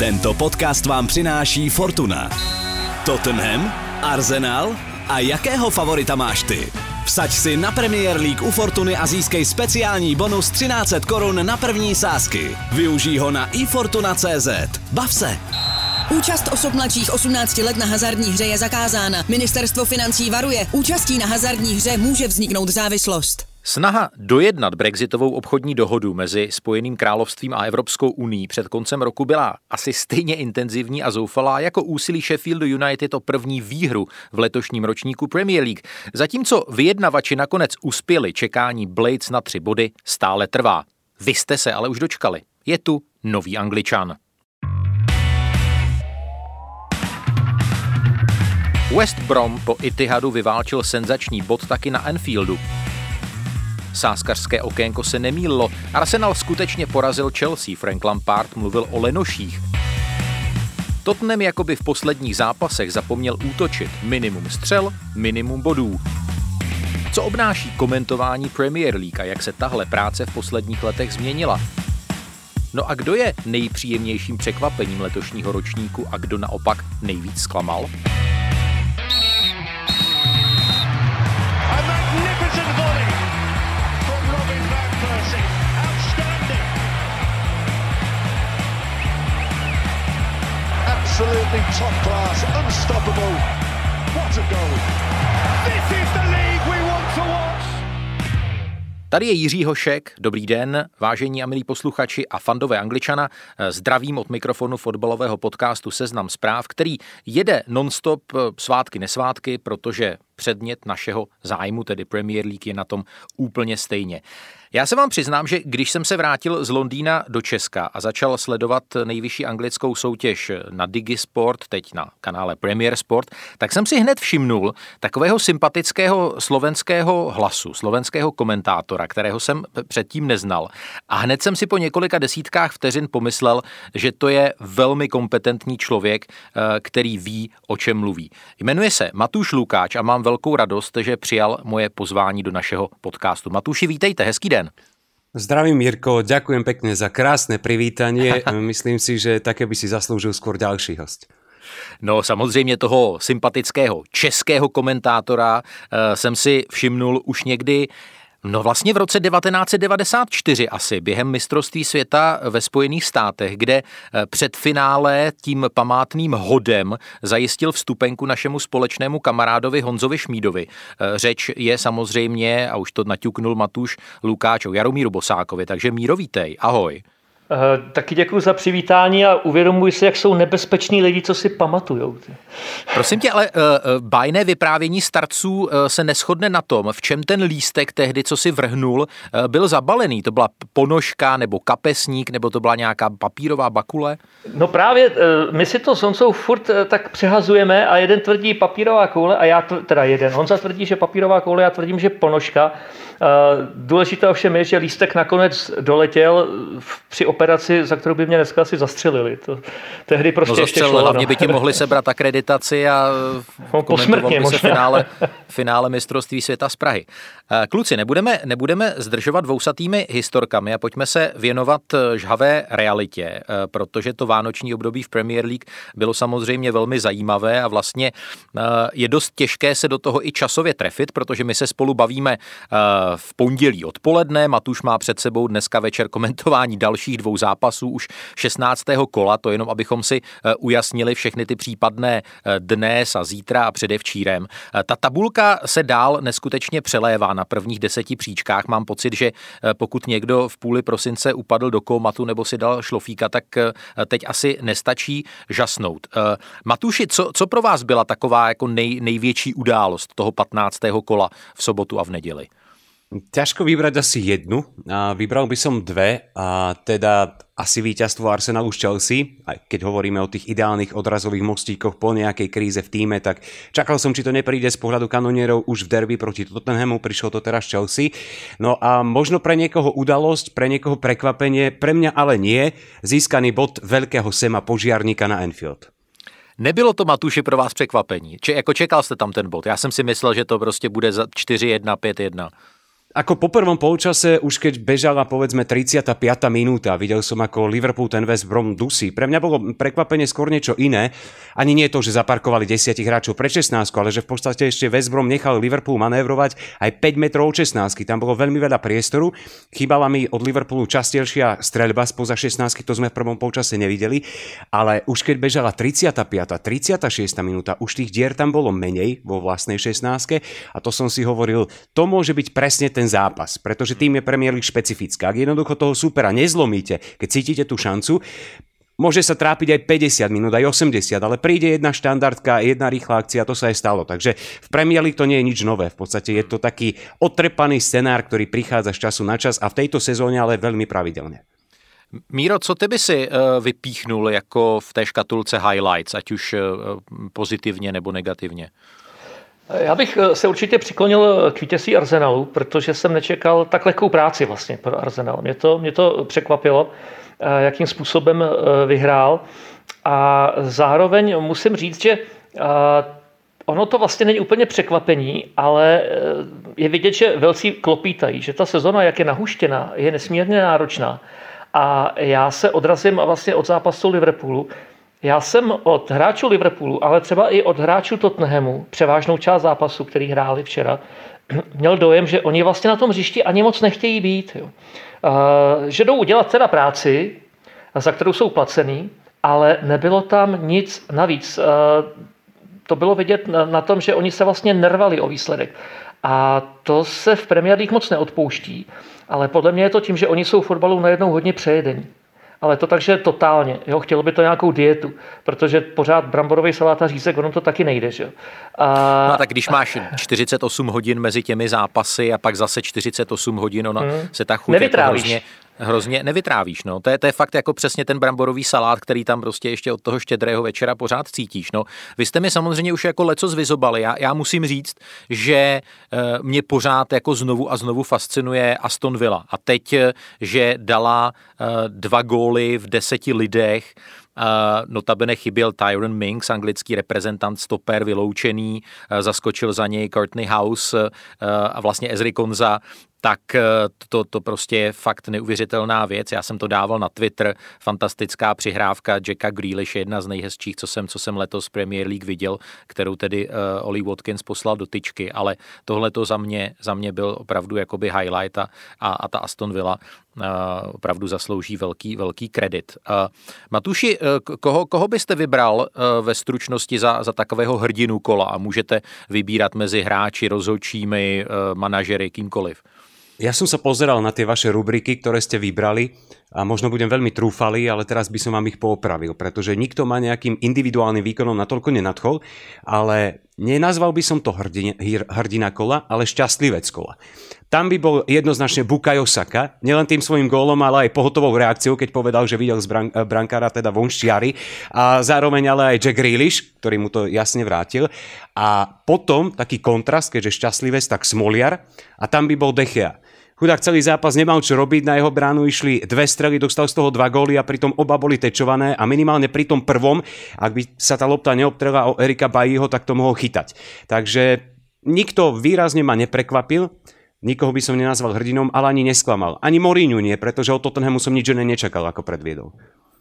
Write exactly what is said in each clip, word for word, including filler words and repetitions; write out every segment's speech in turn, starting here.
Tento podcast vám přináší Fortuna. Tottenham, Arsenal a jakého favorita máš ty? Vsaď si na Premier League u Fortuny a získej speciální bonus třináct set korun na první sázky. Využij ho na i fortuna tečka cé zet. Bav se! Účast osob mladších osmnácti let na hazardní hře je zakázána. Ministerstvo financí varuje, účastí na hazardní hře může vzniknout závislost. Snaha dojednat brexitovou obchodní dohodu mezi Spojeným královstvím a Evropskou unií před koncem roku byla asi stejně intenzivní a zoufalá jako úsilí Sheffieldu United o první výhru v letošním ročníku Premier League. Zatímco vyjednavači nakonec uspěli, čekání Blades na tři body stále trvá. Vy jste se ale už dočkali. Je tu nový Angličan. West Brom po Etihadu vyválčil senzační bod taky na Anfieldu. Sázkařské okénko se nemýlilo. Arsenal skutečně porazil Chelsea. Frank Lampard mluvil o lenoších. Tottenham jakoby v posledních zápasech zapomněl útočit. Minimum střel, minimum bodů. Co obnáší komentování Premier League a jak se tahle práce v posledních letech změnila? No a kdo je nejpříjemnějším překvapením letošního ročníku a kdo naopak nejvíc zklamal? Absolutely top class, unstoppable. What a goal. This is the league we want to watch. Tady je Jiří Hošek, dobrý den, vážení a milí posluchači a fandové Angličana. Zdravím od mikrofonu fotbalového podcastu Seznam zpráv, který jede non-stop svátky nesvátky, protože předmět našeho zájmu, tedy Premier League, je na tom úplně stejně. Já se vám přiznám, že když jsem se vrátil z Londýna do Česka a začal sledovat nejvyšší anglickou soutěž na Digisport, teď na kanále Premier Sport, tak jsem si hned všimnul takového sympatického slovenského hlasu, slovenského komentátora, kterého jsem předtím neznal. A hned jsem si po několika desítkách vteřin pomyslel, že to je velmi kompetentní člověk, který ví, o čem mluví. Jmenuje se Matúš Lukáč a mám velkou radost, že přijal moje pozvání do našeho podcastu. Matúši, vítejte, hezký den. Zdravím, Jirko, ďakujem pekne za krásne privítanie. Myslím si, že také by si zaslúžil skôr ďalší host. No samozřejmě toho sympatického českého komentátora uh, jsem si všimnul už někdy No vlastně v roce devatenáct set devadesát čtyři asi, během mistrovství světa ve Spojených státech, kde před finále tím památným hodem zajistil vstupenku našemu společnému kamarádovi Honzovi Šmídovi. Řeč je samozřejmě, a už to naťuknul Matúš Lukáč, o Jaromíru Bosákovi, takže Míro, vítej, ahoj. Taky děkuji za přivítání a uvědomuji si, jak jsou nebezpeční lidi, co si pamatujou. Prosím tě, ale uh, bájné vyprávění starců uh, se neshodne na tom, v čem ten lístek tehdy, co si vrhnul, uh, byl zabalený. To byla ponožka nebo kapesník, nebo to byla nějaká papírová bakule? No právě, uh, my si to s Honzou furt uh, tak přehazujeme a jeden tvrdí papírová koule a já, tv- teda jeden. Honza tvrdí, že papírová koule, já tvrdím, že ponožka. Uh, důležité ovšem je, že lístek nakonec doletěl v, při operaci, za kterou by mě dneska asi zastřelili. To, tehdy prostě no ještě šlo. Hlavně no. by ti mohli sebrat akreditaci a no, komentoval by se finále, finále mistrovství světa z Prahy. Kluci, nebudeme, nebudeme zdržovat dvousatými historkami a pojďme se věnovat žhavé realitě, protože to vánoční období v Premier League bylo samozřejmě velmi zajímavé a vlastně je dost těžké se do toho i časově trefit, protože my se spolu bavíme v pondělí odpoledne. Matúš má před sebou dneska večer komentování dalších dvou zápasů, už šestnáctého kola, to jenom abychom si ujasnili všechny ty případné dnes a zítra a předevčírem. Ta tabulka se dál neskutečně přelévá na prvních deseti příčkách. Mám pocit, že pokud někdo v půli prosince upadl do kómatu nebo si dal šlofíka, tak teď asi nestačí žasnout. Matúši, co, co pro vás byla taková jako nej, největší událost toho patnáctého kola v sobotu a v neděli? Ťažko vybrať asi jednu, a vybral by som dve, a teda asi víťazstvo Arsenalu z Chelsea, aj keď hovoríme o tých ideálnych odrazových mostíkoch po nejakej kríze v tíme, tak čakal som, či to nepríde z pohľadu kanonierov už v derby proti Tottenhamu, prišlo to teraz Chelsea. No a možno pre niekoho udalosť, pre niekoho prekvapenie, pre mňa ale nie, získaný bod veľkého Sema Požiarníka na Anfield. Nebylo to, Matúši, pro vás překvapení? Či jako čekal jste tam ten bod? Já jsem si myslel, že to prostě bude za čtyři jedna, pět jedna. Ako po prvom polčase, už keď bežala povedzme tridsiata piata minúta, videl som ako Liverpool ten West Brom dusí. Pre mňa bolo prekvapenie skôr niečo iné. Ani nie to, že zaparkovali desiatich hráčov pre šestnástku, ale že v podstate ešte West Brom nechal Liverpool manévrovať aj päť metrov od šestnástky. Tam bolo veľmi veľa priestoru. Chýbala mi od Liverpoolu častejšia streľba spoza šestnástky, to sme v prvom polčase nevideli. Ale už keď bežala tridsiata piata tridsiata šiesta minúta, už tých dier tam bolo menej vo vlastnej šestnástke a to som si hovoril, to môže byť presne ten zápas, pretože tým je Premier League špecifická. Ak jednoducho toho súpera nezlomíte, keď cítite tú šancu, môže sa trápiť aj päťdesiat minút, aj osemdesiat, ale príde jedna štandardka, jedna rýchla akcia, to sa aj stalo. Takže v Premier League to nie je nič nové. V podstate je to taký otrepaný scenár, ktorý prichádza z času na čas a v tejto sezóne ale veľmi pravidelne. Míro, co ty by si uh, vypíchnul jako v té škatulce highlights, ať už uh, pozitivně nebo negativně? Já bych se určitě přiklonil k vítězství Arsenalu, protože jsem nečekal tak lehkou práci vlastně pro Arsenal. Mě to, mě to překvapilo, jakým způsobem vyhrál. A zároveň musím říct, že ono to vlastně není úplně překvapení, ale je vidět, že velcí klopítají, že ta sezona, jak je nahuštěná, je nesmírně náročná. A já se odrazím vlastně od zápasu Liverpoolu. Já jsem od hráčů Liverpoolu, ale třeba i od hráčů Tottenhamu, převážnou část zápasu, který hráli včera, měl dojem, že oni vlastně na tom hřišti ani moc nechtějí být. Jo. Uh, že jdou udělat teda práci, za kterou jsou placený, ale nebylo tam nic navíc. Uh, to bylo vidět na, na tom, že oni se vlastně nervali o výsledek. A to se v Premier League moc neodpouští, ale podle mě je to tím, že oni jsou fotbalu najednou hodně přejedení. Ale to takže totálně, jo, chtělo by to nějakou dietu, protože pořád bramborový salát a řízek, ono to taky nejde, že jo. A... No a tak když máš čtyřicet osm hodin mezi těmi zápasy a pak zase čtyřicet osm hodin, ona hmm. se ta chuť jako hrozně, hrozně nevytrávíš, no. To je, to je fakt jako přesně ten bramborový salát, který tam prostě ještě od toho štědrého večera pořád cítíš, no. Vy jste mi samozřejmě už jako lecos vyzobali, já, já musím říct, že uh, mě pořád jako znovu a znovu fascinuje Aston Villa a teď, že dala uh, dva góly v deseti lidech. Uh, notabene chyběl Tyrone Mings, anglický reprezentant, stoper vyloučený, uh, zaskočil za něj Courtney House uh, a vlastně Ezri Konza, tak to, to prostě je fakt neuvěřitelná věc. Já jsem to dával na Twitter, fantastická přihrávka Jacka Grealishe, jedna z nejhezčích, co jsem, co jsem letos Premier League viděl, kterou tedy uh, Oli Watkins poslal do tyčky, ale tohle to za mě, za mě byl opravdu jakoby highlight a, a ta Aston Villa uh, opravdu zaslouží velký, velký kredit. Uh, Matuši, uh, koho, koho byste vybral uh, ve stručnosti za, za takového hrdinu kola a můžete vybírat mezi hráči, rozhodčími, uh, manažery, kýmkoliv? Ja som sa pozeral na tie vaše rubriky, ktoré ste vybrali a možno budem veľmi trúfalý, ale teraz by som vám ich poopravil, pretože nikto ma nejakým individuálnym výkonom natoľko nenadchol, ale nenazval by som to hrdina, hrdina kola, ale šťastlivec kola. Tam by bol jednoznačne Bukayo Saka, nielen tým svojím gólom, ale aj pohotovou reakciou, keď povedal, že videl z brank- brankára teda von z čiary, a zároveň ale aj Jack Grealish, ktorý mu to jasne vrátil. A potom taký kontrast, keďže šťastlivec, tak Smoliar a tam by bol De Gea. Chudák celý zápas nemal čo robiť, na jeho bránu išli dve strely, dostal z toho dva góly a pritom oba boli tečované a minimálne pri tom prvom, ak by sa tá lopta neobtrela o Erika Baillyho, tak to mohol chytať. Takže nikto výrazne ma neprekvapil, nikoho by som nenazval hrdinom, ale ani nesklamal. Ani Mourinho nie, pretože od Tottenhamu som nič iné nečakal, ako predviedol.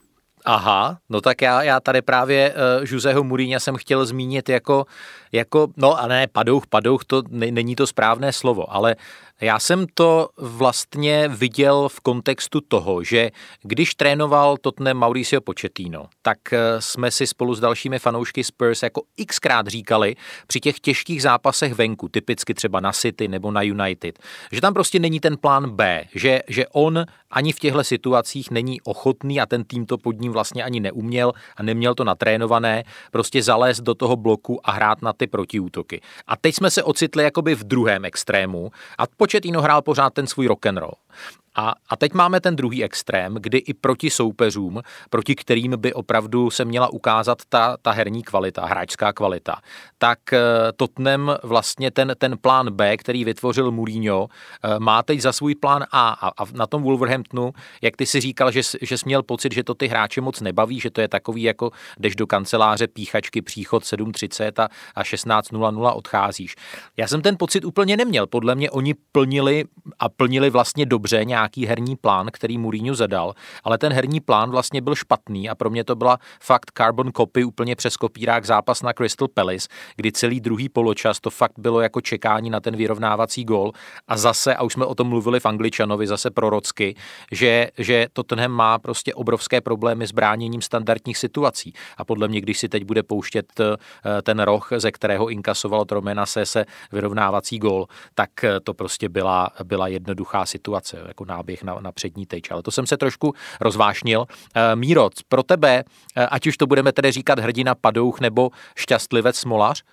Aha, no tak já, já tady právě uh, Joseho Mourinha jsem chtěl zmínit jako, jako, no a ne, padouch, padouch, to ne, není to správné slovo, ale já jsem to vlastně viděl v kontextu toho, že když trénoval Tottenham Mauricio Pochettino, tak jsme si spolu s dalšími fanoušky Spurs jako xkrát říkali při těch těžkých zápasech venku, typicky třeba na City nebo na United, že tam prostě není ten plán B, že, že on ani v těchto situacích není ochotný a ten tým to pod ním vlastně ani neuměl a neměl to natrénované, prostě zalézt do toho bloku a hrát na ty protiútoky. A teď jsme se ocitli jakoby v druhém extrému a Pochettino hrál pořád ten svůj rock and roll. A, a teď máme ten druhý extrém, kdy i proti soupeřům, proti kterým by opravdu se měla ukázat ta, ta herní kvalita, hráčská kvalita, tak Tottenham vlastně ten, ten plán B, který vytvořil Mourinho, má teď za svůj plán A. A, a na tom Wolverhamptonu, jak ty si říkal, že, že jsi měl pocit, že to ty hráče moc nebaví, že to je takový, jako jdeš do kanceláře, píchačky, příchod sedm třicet a, a šestnáct nula nula odcházíš. Já jsem ten pocit úplně neměl. Podle mě oni plnili a plnili vlastně dobře nějaký herní plán, který Mourinho zadal, ale ten herní plán vlastně byl špatný a pro mě to byla fakt carbon copy úplně přes kopírák zápas na Crystal Palace, kdy celý druhý poločas to fakt bylo jako čekání na ten vyrovnávací gól a zase, a už jsme o tom mluvili v Angličanovi, zase prorocky, že, že Tottenham má prostě obrovské problémy s bráněním standardních situací a podle mě, když si teď bude pouštět ten roh, ze kterého inkasoval od Romena Sese vyrovnávací gól, tak to prostě byla, byla jednoduchá situace, jako náběh na, na přední tyč. Ale to jsem se trošku rozvášnil. Míro, pro tebe, ať už to budeme tedy říkat hrdina Padouch nebo šťastlivec Smolař?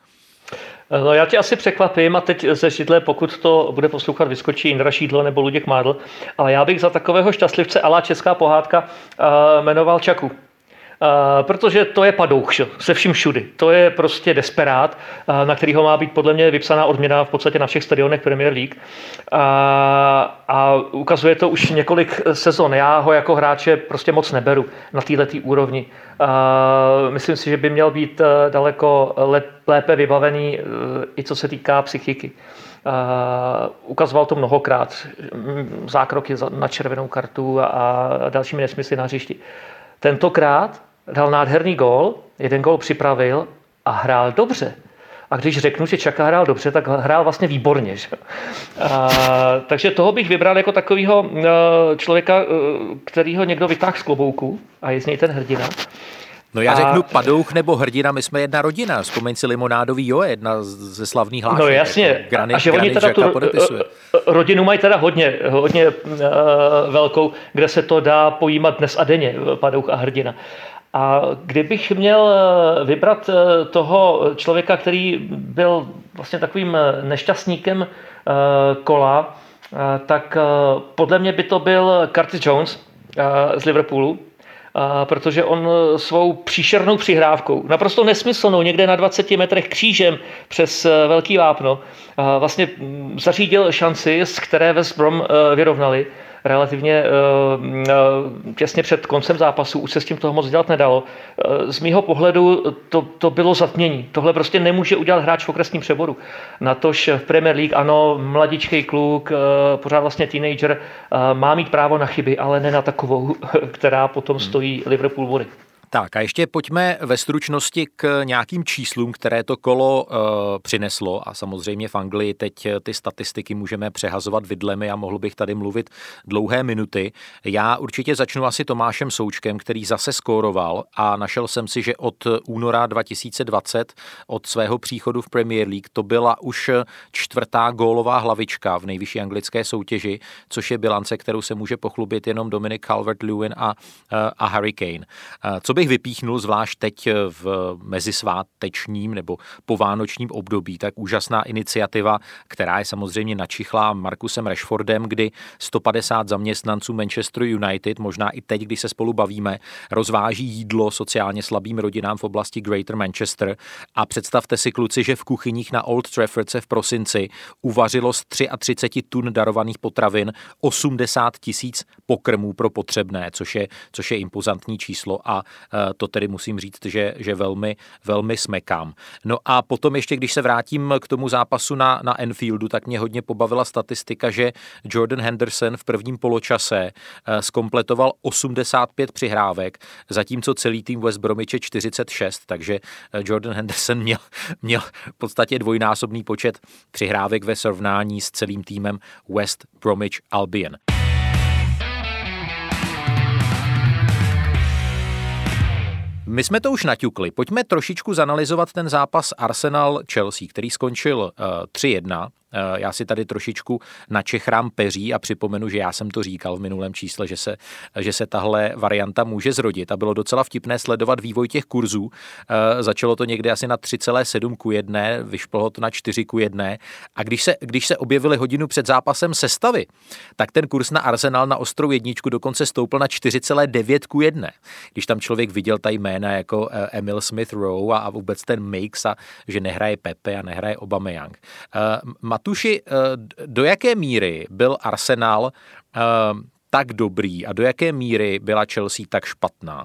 No já tě asi překvapím a teď ze židle, pokud to bude poslouchat, vyskočí Indra Šídlo nebo Luděk Mádl, ale já bych za takového šťastlivce a la česká pohádka uh, jmenoval Čaku. Uh, protože to je padouch, se vším všudy. To je prostě desperát, uh, na kterýho má být podle mě vypsaná odměna v podstatě na všech stadionech Premier League. Uh, a ukazuje to už několik sezon. Já ho jako hráče prostě moc neberu na této úrovni. Uh, myslím si, že by měl být uh, daleko lep, lépe vybavený uh, i co se týká psychiky. Uh, ukazoval to mnohokrát. Zákroky na červenou kartu a, a dalšími nesmysly na hřišti. Tentokrát dal nádherný gól, jeden gól připravil a hrál dobře. A když řeknu, že Čaka hrál dobře, tak hrál vlastně výborně. Že? A, takže toho bych vybral jako takového uh, člověka, uh, kterýho někdo vytáhl z klobouku a je z něj ten hrdina. No já a... řeknu Padouch nebo hrdina, my jsme jedna rodina. Vzpomeň si Limonádový Jo, jedna ze slavných hlášek. No jasně. Granit, a že oni teda tu rodinu mají teda hodně, hodně uh, velkou, kde se to dá pojímat dnes a denně, Padouch a hrdina. A kdybych měl vybrat toho člověka, který byl vlastně takovým nešťastníkem kola, tak podle mě by to byl Curtis Jones z Liverpoolu, protože on svou příšernou přihrávkou, naprosto nesmyslnou, někde na dvaceti metrech křížem přes velký vápno, vlastně zařídil šanci, z které West Brom vyrovnali. Relativně uh, těsně před koncem zápasu, už se s tím toho moc dělat nedalo. Uh, z mýho pohledu to, to bylo zatmění. Tohle prostě nemůže udělat hráč v okresním přeboru. Natož v Premier League, ano, mladičkej kluk, uh, pořád vlastně teenager, uh, má mít právo na chyby, ale ne na takovou, která potom stojí Liverpool vody. Tak a ještě pojďme ve stručnosti k nějakým číslům, které to kolo uh, přineslo a samozřejmě v Anglii teď ty statistiky můžeme přehazovat vidlemi a mohl bych tady mluvit dlouhé minuty. Já určitě začnu asi Tomášem Součkem, který zase skóroval a našel jsem si, že od února dva tisíce dvacet, od svého příchodu v Premier League, to byla už čtvrtá gólová hlavička v nejvyšší anglické soutěži, což je bilance, kterou se může pochlubit jenom Dominic Calvert-Lewin a, a Harry Kane. Co bych vypíchnul zvlášť teď v mezisvátečním nebo povánočním období, tak úžasná iniciativa, která je samozřejmě načichlá Marcusem Rashfordem, kdy sto padesát zaměstnanců Manchester United, možná i teď, když se spolu bavíme, rozváží jídlo sociálně slabým rodinám v oblasti Greater Manchester a představte si, kluci, že v kuchyních na Old Trafford se v prosinci uvařilo z třicet tři tun darovaných potravin osmdesát tisíc pokrmů pro potřebné, což je, což je impozantní číslo a to tedy musím říct, že, že velmi, velmi smekám. No a potom ještě, když se vrátím k tomu zápasu na, na Anfieldu, tak mě hodně pobavila statistika, že Jordan Henderson v prvním poločase zkompletoval osmdesát pět přihrávek, zatímco celý tým West Bromiče čtyřicet šest, takže Jordan Henderson měl, měl v podstatě dvojnásobný počet přihrávek ve srovnání s celým týmem West Bromwich Albion. My jsme to už naťukli. Pojďme trošičku zanalyzovat ten zápas Arsenal-Chelsea, který skončil uh, tři jedna. Já si tady trošičku načechrám peří a připomenu, že já jsem to říkal v minulém čísle, že se, že se tahle varianta může zrodit a bylo docela vtipné sledovat vývoj těch kurzů. Začalo to někde asi na tři celá sedm ku jedné, vyšplhlo to na čtyři ku jedné a když se, když se objevily hodinu před zápasem sestavy, tak ten kurz na Arsenal na ostrou jedničku dokonce stoupl na čtyři celá devět ku jedné. Když tam člověk viděl ta jména jako Emil Smith Rowe a vůbec ten mix a že nehraje Pepe a nehraje Aubameyang. Matuši, do jaké míry byl Arsenal tak dobrý a do jaké míry byla Chelsea tak špatná?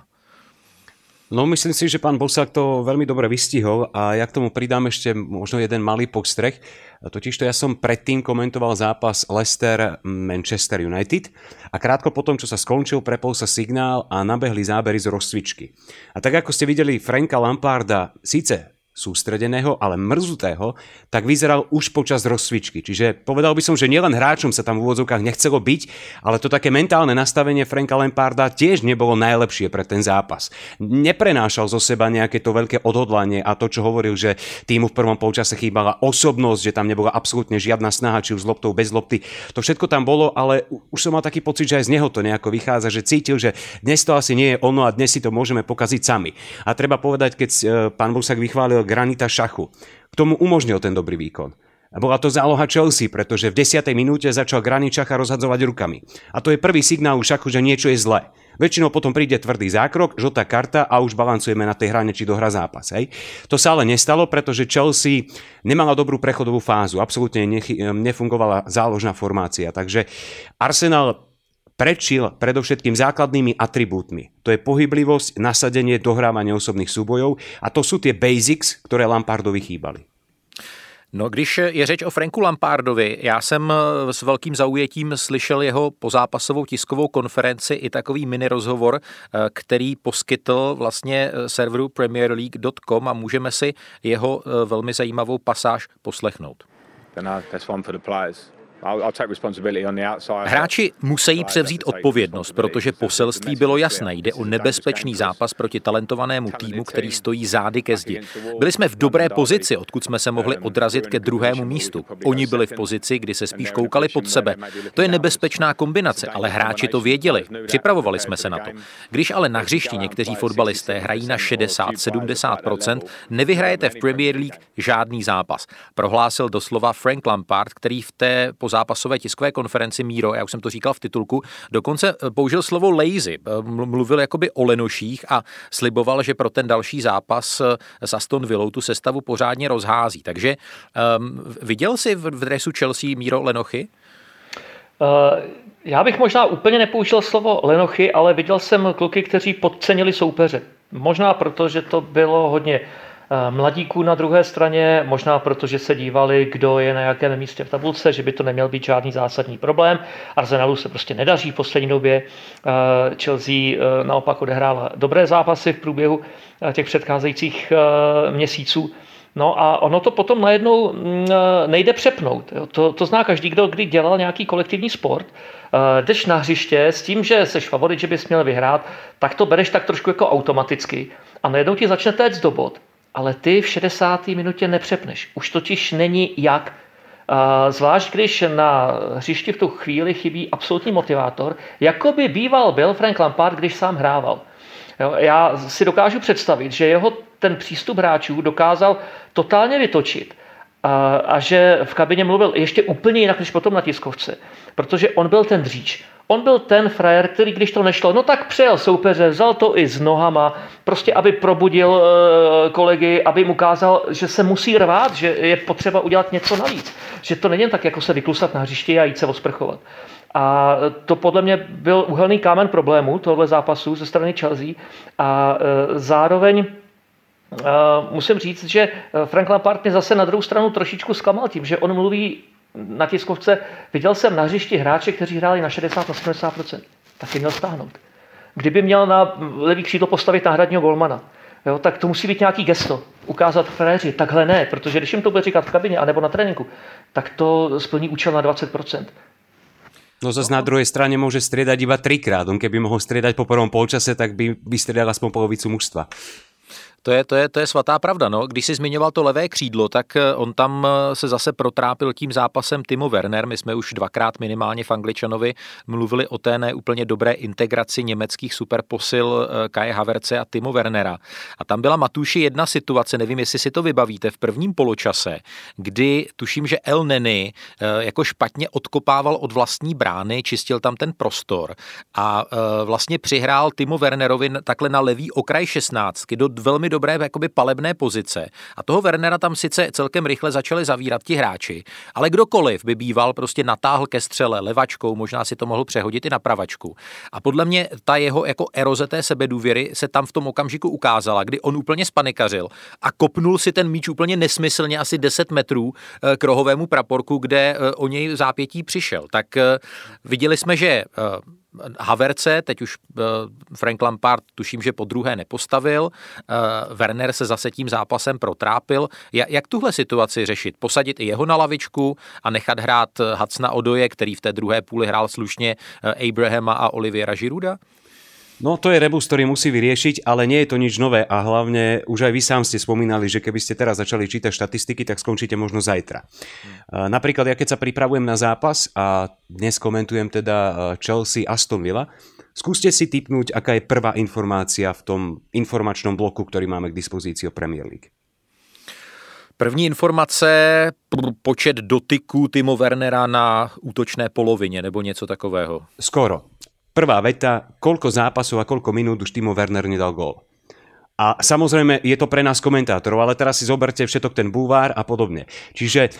No myslím si, že pán Bosák to veľmi dobre vystihol a ja k tomu pridám ešte možno jeden malý podstreh. Totižto ja som predtým komentoval zápas Leicester-Manchester United a krátko potom, čo sa skončil, prepol sa signál a nabehli zábery z rozcvičky. A tak ako ste videli Franka Lamparda, síce sústredeného, ale mrzutého, tak vyzeral už počas rozcvičky. Čiže povedal by som, že nielen hráčom sa tam v úvodzovkách nechcelo byť, ale to také mentálne nastavenie Franka Lamparda tiež nebolo najlepšie pre ten zápas. Neprenášal zo seba nejaké to veľké odhodlanie a to, čo hovoril, že týmu v prvom polčase chýbala osobnosť, že tam nebola absolútne žiadna snaha, či už s loptou, bez lopty. To všetko tam bolo, ale už som mal taký pocit, že aj z neho to nejako vychádza, že cítil, že dnes to asi nie je ono a dnes si to môžeme pokaziť sami. A treba povedať, keď pán Bosak vychválil Granita Xhaku, k tomu umožnil ten dobrý výkon. A bola to záloha Chelsea, pretože v desiatej minúte začal Granit Xhaka rozhadzovať rukami. A to je prvý signál u Xhaku, že niečo je zlé. Väčšinou potom príde tvrdý zákrok, žltá karta a už balancujeme na tej hrane, či dohrá zápas. Hej. To sa ale nestalo, pretože Chelsea nemala dobrú prechodovú fázu. Absolútne nechy- nefungovala záložná formácia. Takže Arsenal prečil predovšetkým základnými atribútmi. To je pohyblivosť, nasadenie, dohrávanie osobných súbojov a to sú tie basics, ktoré Lampardovi chýbali. No, když je řeč o Franku Lampardovi, já jsem s velkým zaujetím slyšel jeho pozápasovou tiskovou konferenci i takový mini rozhovor, který poskytl vlastně serveru Premier League tečka com a můžeme si jeho velmi zajímavou pasáž poslechnout. Hráči musí převzít odpovědnost, protože poselství bylo jasné. Jde o nebezpečný zápas proti talentovanému týmu, který stojí zády ke zdi. Byli jsme v dobré pozici, odkud jsme se mohli odrazit ke druhému místu. Oni byli v pozici, kdy se spíš koukali pod sebe. To je nebezpečná kombinace, ale hráči to věděli. Připravovali jsme se na to. Když ale na hřišti někteří fotbalisté hrají na šedesát až sedmdesát procent, nevyhrajete v Premier League žádný zápas. Prohlásil doslova Frank Lampard, který v té zápasové tiskové konferenci Míro, já už jsem to říkal v titulku, dokonce použil slovo lazy, mluvil jakoby o lenoších a sliboval, že pro ten další zápas s Aston Villou tu sestavu pořádně rozhází. Takže um, viděl jsi v dresu Chelsea Míro lenochy? Uh, já bych možná úplně nepoužil slovo lenochy, ale viděl jsem kluky, kteří podcenili soupeře. Možná proto, že to bylo hodně mladíků na druhé straně, možná protože se dívali, kdo je na jakém místě v tabulce, že by to neměl být žádný zásadní problém. Arsenalu se prostě nedaří v poslední době. Chelsea naopak odehrála dobré zápasy v průběhu těch předcházejících měsíců. No a ono to potom najednou nejde přepnout. To, to zná každý, kdo kdy dělal nějaký kolektivní sport. Jdeš na hřiště s tím, že seš favorit, že bys měl vyhrát, tak to bereš tak trošku jako automaticky a najednou ti začne téct do bod. Ale ty v šedesáté minutě nepřepneš. Už totiž není jak. Zvlášť když na hřišti v tu chvíli chybí absolutní motivátor, jako by býval byl Frank Lampard, když sám hrával. Jo, já si dokážu představit, že jeho ten přístup hráčů dokázal totálně vytočit a, a že v kabině mluvil ještě úplně jinak, než potom na tiskovce. Protože on byl ten dříč. On byl ten frajer, který když to nešlo, no tak přejel soupeře, vzal to i s nohama, prostě aby probudil e, kolegy, aby jim ukázal, že se musí rvát, že je potřeba udělat něco navíc. Že to není tak, jako se vyklusat na hřišti a jít se osprchovat. A to podle mě byl úhelný kámen problému tohle zápasu ze strany Chelsea a e, zároveň e, musím říct, že Frank Lampard mě zase na druhou stranu trošičku zklamal tím, že on mluví na tiskovce, viděl jsem na hřišti hráče, kteří hráli na šedesát až sedmdesát procent. Tak je měl stáhnout. Kdyby měl na levý křídlo postavit náhradního golmana, jo, tak to musí být nějaký gesto. Ukázat fréři, takhle ne, protože když jim to bude říkat v kabině anebo na tréninku, tak to splní účel na dvacet procent. No zase na druhej strane môže striedať iba trikrát. On keby mohol striedať po prvom polčase, tak by vystriedal aspoň polovicu mužstva. To je, to je, to je svatá pravda. No. Když jsi zmiňoval to levé křídlo, tak on tam se zase protrápil tím zápasem Timo Werner. My jsme už dvakrát minimálně v Angličanovi mluvili o té neúplně dobré integraci německých superposil Kaje Havertze a Timo Wernera. A tam byla, Matouši, jedna situace, nevím, jestli si to vybavíte, v prvním poločase, kdy tuším, že El Neni jako špatně odkopával od vlastní brány, čistil tam ten prostor a vlastně přihrál Timo Wernerovi takhle na levý okraj šestnáctky do velmi dobré jakoby palebné pozice. A toho Wernera tam sice celkem rychle začali zavírat ti hráči, ale kdokoliv by býval prostě natáhl ke střele levačkou, možná si to mohl přehodit i na pravačku. A podle mě ta jeho jako eroze té sebedůvěry se tam v tom okamžiku ukázala, kdy on úplně spanikařil a kopnul si ten míč úplně nesmyslně asi deset metrů k rohovému praporku, kde o něj zápětí přišel. Tak viděli jsme, že Havertze, teď už Frank Lampard tuším, že po druhé nepostavil, Werner se zase tím zápasem protrápil. Jak tuhle situaci řešit? Posadit i jeho na lavičku a nechat hrát Hudsona Odoje, který v té druhé půli hrál slušně, Abrahama a Oliviera Girouda? No to je rebus, ktorý musí vyriešiť, ale nie je to nič nové a hlavne už aj vy sám ste spomínali, že keby ste teraz začali čítať štatistiky, tak skončíte možno zajtra. Hmm. Napríklad ja keď sa pripravujem na zápas a dnes komentujem teda Chelsea Aston Villa, skúste si tipnúť, aká je prvá informácia v tom informačnom bloku, ktorý máme k dispozícii o Premier League. První informace, počet dotyků Timo Wernera na útočné polovině nebo něco takového. Skoro. Prvá veta, koľko zápasov a koľko minút už Timo Werner nedal gól. A samozrejme je to pre nás komentátorov, ale teraz si zoberte všetok ten bulvár a podobne. Čiže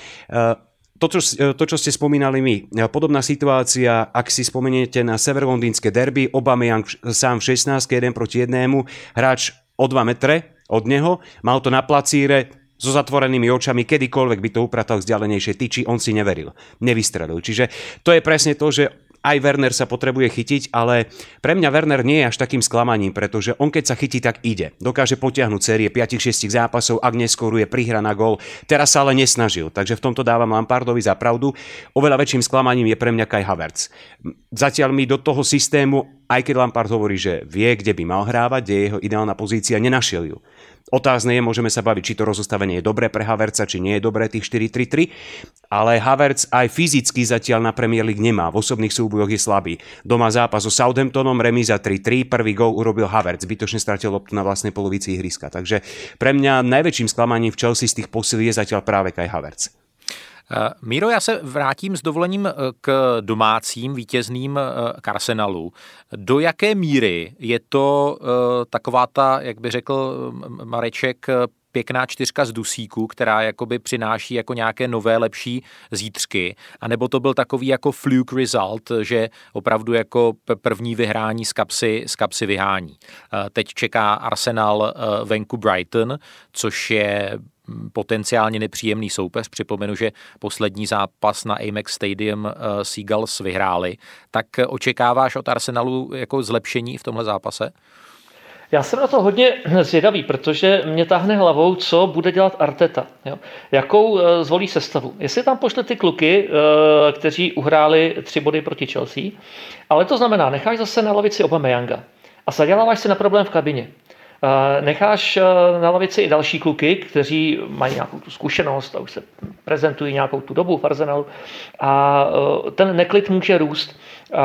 to čo, to, čo ste spomínali my, podobná situácia, ak si spomeniete na severlondýnske derby, Aubameyang sám v šestnástke, jeden proti jednému, hráč o dva metre od neho, mal to na placíre, so zatvorenými očami, kedykoľvek by to upratal z ďalenejšej tyči, on si neveril, nevystrelil. Čiže to je presne to, že aj Werner sa potrebuje chytiť, ale pre mňa Werner nie je až takým sklamaním, pretože on keď sa chytí, tak ide. Dokáže potiahnuť série päť šesť zápasov, ak neskoruje, prihra na gól. Teraz sa ale nesnažil, takže v tomto dávam Lampardovi za pravdu. Oveľa väčším sklamaním je pre mňa Kai Havertz. Zatiaľ mi do toho systému, aj keď Lampard hovorí, že vie, kde by mal hrávať, kde je jeho ideálna pozícia, nenašiel ju. Otázne je, môžeme sa baviť, či to rozostavenie je dobré pre Havertza, či nie je dobré tých štyri tri tri, ale Havertz aj fyzicky zatiaľ na Premier League nemá. V osobných súbojoch je slabý. Doma zápas so Southamptonom, remíza tri tri, prvý gól urobil Havertz, zbytočne stratil loptu na vlastnej polovici ihriska. Takže pre mňa najväčším sklamaním v Chelsea z tých posil je zatiaľ práve Kai Havertz. Míro, já se vrátím s dovolením k domácím vítězným k Arsenalu. Do jaké míry je to taková ta, jak by řekl Mareček, pěkná čtyřka z dusíku, která jakoby přináší jako nějaké nové, lepší zítřky, anebo to byl takový jako fluke result, že opravdu jako první vyhrání z kapsy, z kapsy vyhání. Teď čeká Arsenal venku Brighton, což je potenciálně nepříjemný soupeř. Připomenu, že poslední zápas na Amex Stadium Seagulls vyhráli. Tak očekáváš od Arsenalu jako zlepšení v tomhle zápase? Já jsem na to hodně zvědavý, protože mě táhne hlavou, co bude dělat Arteta. Jo? Jakou zvolí sestavu. Jestli tam pošle ty kluky, kteří uhráli tři body proti Chelsea, ale to znamená, necháš zase na lavici Aubameyanga a zaděláváš si na problém v kabině. Necháš na lavici i další kluky, kteří mají nějakou tu zkušenost a už se prezentují nějakou tu dobu v Arsenalu a ten neklid může růst.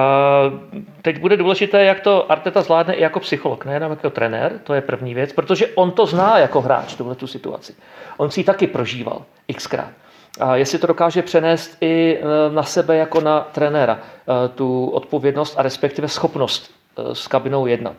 Teď bude důležité, jak to Arteta zvládne i jako psycholog, nejenom jako trenér, to je první věc, protože on to zná jako hráč, tuhletu situaci. On si ji taky prožíval xkrát. A jestli to dokáže přenést i na sebe jako na trenéra, tu odpovědnost a respektive schopnost s kabinou jednat.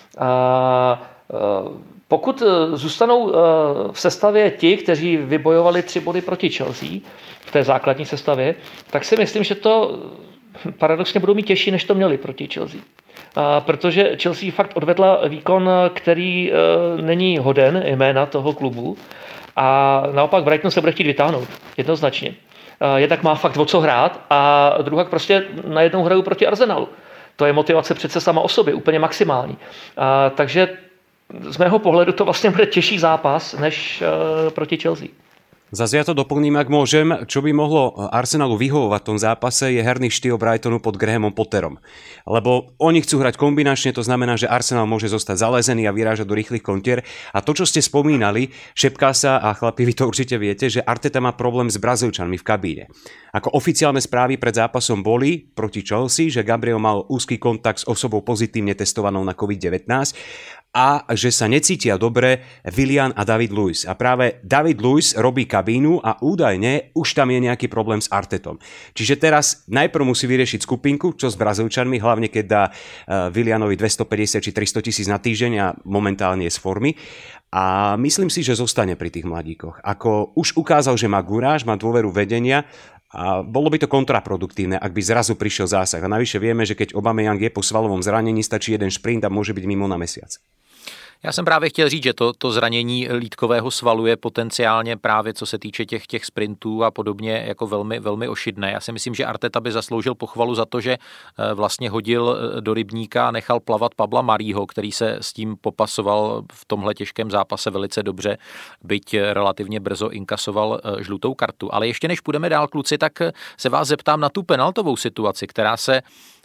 A pokud zůstanou v sestavě ti, kteří vybojovali tři body proti Chelsea, v té základní sestavě, tak si myslím, že to paradoxně budou mít těžší, než to měli proti Chelsea. Protože Chelsea fakt odvedla výkon, který není hoden jména toho klubu a naopak Brighton se bude chtít vytáhnout, jednoznačně. Jednak má fakt o co hrát a druhak prostě najednou hrajou proti Arsenalu. To je motivace přece sama o sobě, úplně maximální. Takže z mého pohledu to vlastně bude těžší zápas než uh, proti Chelsea. Zase ja to doplním, ak môžem. Čo by mohlo Arsenalu vyhovovať v tom zápase je herný štýl Brightonu pod Grahamom Potterom. Lebo oni chcú hrať kombinačne, to znamená, že Arsenal môže zostať zalezený a vyrážať do rýchlych kontier. A to, čo ste spomínali, šepká sa, a chlapi, vy to určite viete, že Arteta má problém s Brazílčanmi v kabíne. Ako oficiálne správy pred zápasom boli proti Chelsea, že Gabriel mal úzky kontakt s osobou pozitívne testovanou na covid devätnásť a že sa necítia dobre Willian a David Luiz. A práve David Luiz robí kabínu a údajne už tam je nejaký problém s Artetom. Čiže teraz najprv musí vyriešiť skupinku, čo s Brazílčanmi, hlavne keď dá Willianovi dvestopäťdesiat či tristo tisíc na týždeň a momentálne je z formy. A myslím si, že zostane pri tých mladíkoch. Ako už ukázal, že má guráž, má dôveru vedenia, a bolo by to kontraproduktívne, ak by zrazu prišiel zásah. A navyše vieme, že keď Aubameyang je po svalovom zranení, stačí jeden šprint a môže byť mimo na mesiac. Já jsem právě chtěl říct, že to, to zranění lítkového svalu je potenciálně právě co se týče těch, těch sprintů a podobně jako velmi, velmi ošidné. Já si myslím, že Arteta by zasloužil pochvalu za to, že vlastně hodil do rybníka a nechal plavat Pabla Marího, který se s tím popasoval v tomhle těžkém zápase velice dobře, byť relativně brzo inkasoval žlutou kartu. Ale ještě než půjdeme dál, kluci, tak se vás zeptám na tu penaltovou situaci, která se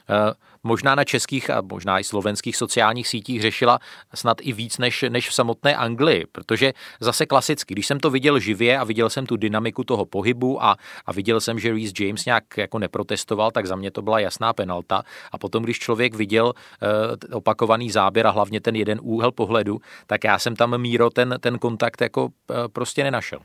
možná na českých a možná i slovenských sociálních sítích řešila snad i víc než, než v samotné Anglii, protože zase klasicky, když jsem to viděl živě a viděl jsem tu dynamiku toho pohybu a, a viděl jsem, že Reece James nějak jako neprotestoval, tak za mě to byla jasná penalta. A potom, když člověk viděl uh, opakovaný záběr a hlavně ten jeden úhel pohledu, tak já jsem tam, Míro, ten, ten kontakt jako uh, prostě nenašel.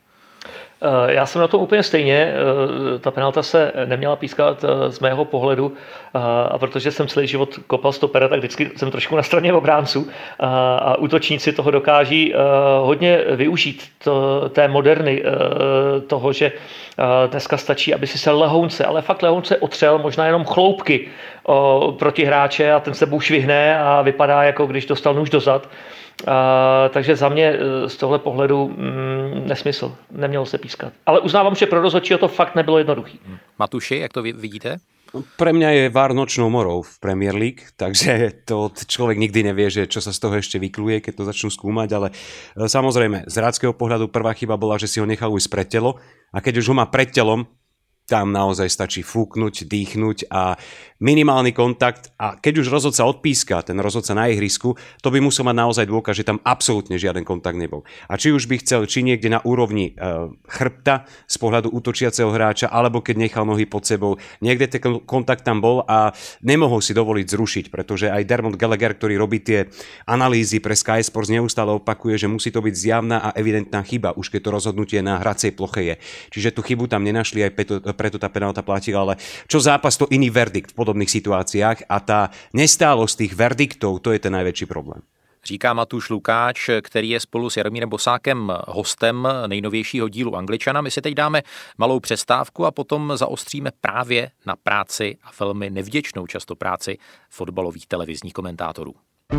Já jsem na to úplně stejně. Ta penalta se neměla pískat z mého pohledu a protože jsem celý život kopal stopera, tak vždycky jsem trošku na straně obránců a útočníci toho dokáží hodně využít to, té moderny toho, že dneska stačí, aby si se lehounce, ale fakt lehounce otřel možná jenom chloupky proti hráče a ten sebou švihne a vypadá, jako když dostal nůž dozad. Uh, takže za mě z tohle pohledu mm, nesmysl, nemělo se pískat. Ale uznávám, že pro rozhodčího to fakt nebylo jednoduchý. Matuši, jak to vidíte? Pre mňa je V A R nočnou morou v Premier League, takže to človek nikdy nevie, že čo sa z toho ešte vykluje, keď to začnú skúmať, ale samozrejme, z hráčskeho pohľadu prvá chyba bola, že si ho nechal ujsť pred telo a keď už ho má pred telom, tam naozaj stačí fúknuť, dýchnuť a minimálny kontakt a keď už rozhodca odpíska, ten rozhodca na ihrisku, to by musel mať naozaj dôkaz, že tam absolútne žiaden kontakt nebol. A či už by chcel, či niekde na úrovni e, chrbta z pohľadu útočiaceho hráča, alebo keď nechal nohy pod sebou, niekde ten kontakt tam bol a nemohol si dovoliť zrušiť, pretože aj Dermot Gallagher, ktorý robí tie analýzy pre Sky Sports, neustále opakuje, že musí to byť zjavná a evidentná chyba, už keď to rozhodnutie na hracej ploche je. Čiže tú chybu tam nenašli, aj preto, preto tá penálta platila, ale čo zápas, to iný verdikt v podobných situáciách a tá nestálosť tých verdiktov, to je ten najväčší problém. Říká Matúš Lukáč, který je spolu s Jaromírem Bosákem hostem nejnovějšího dílu Angličana. My si teď dáme malou přestávku a potom zaostříme právě na práci a velmi nevděčnou často práci fotbalových televizních komentátorů.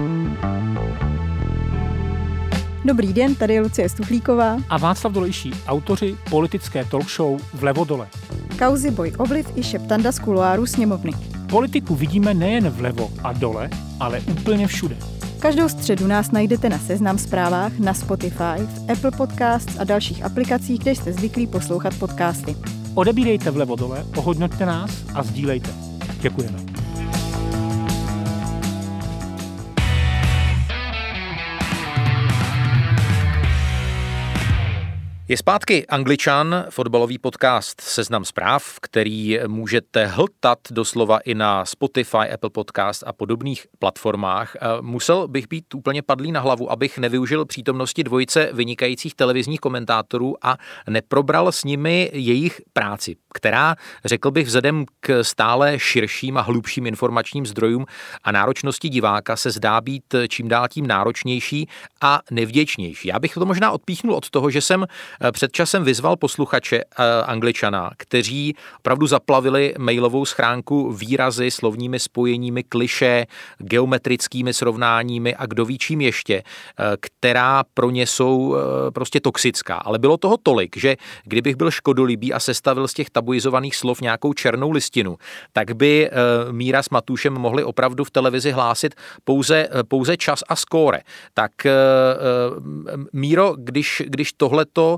Dobrý den, tady je Lucie Stuchlíková a Václav Dolejší, autoři politické talk show Vlevo dole. Kauzy, boj, ovliv i šeptanda z kuloáru sněmovny. Politiku vidíme nejen vlevo a dole, ale úplně všude. Každou středu nás najdete na Seznam Zprávách, na Spotify, v Apple Podcasts a dalších aplikacích, kde jste zvyklí poslouchat podcasty. Odebírejte Vlevo dole, ohodnoťte nás a sdílejte. Děkujeme. Je zpátky Angličan, fotbalový podcast Seznam zpráv, který můžete hltat doslova i na Spotify, Apple Podcast a podobných platformách. Musel bych být úplně padlý na hlavu, abych nevyužil přítomnosti dvojice vynikajících televizních komentátorů a neprobral s nimi jejich práci, která, řekl bych, vzhledem k stále širším a hlubším informačním zdrojům a náročnosti diváka se zdá být čím dál tím náročnější a nevděčnější. Já bych to možná odpíchnul od toho, že jsem před časem vyzval posluchače Angličana, kteří opravdu zaplavili mailovou schránku výrazy, slovními spojeními, klišé, geometrickými srovnáními a kdo ví čím ještě, která pro ně jsou prostě toxická. Ale bylo toho tolik, že kdybych byl škodolibý a sestavil z těch tabuizovaných slov nějakou černou listinu, tak by Míra s Matušem mohli opravdu v televizi hlásit pouze, pouze čas a skóre. Tak Míro, když, když tohleto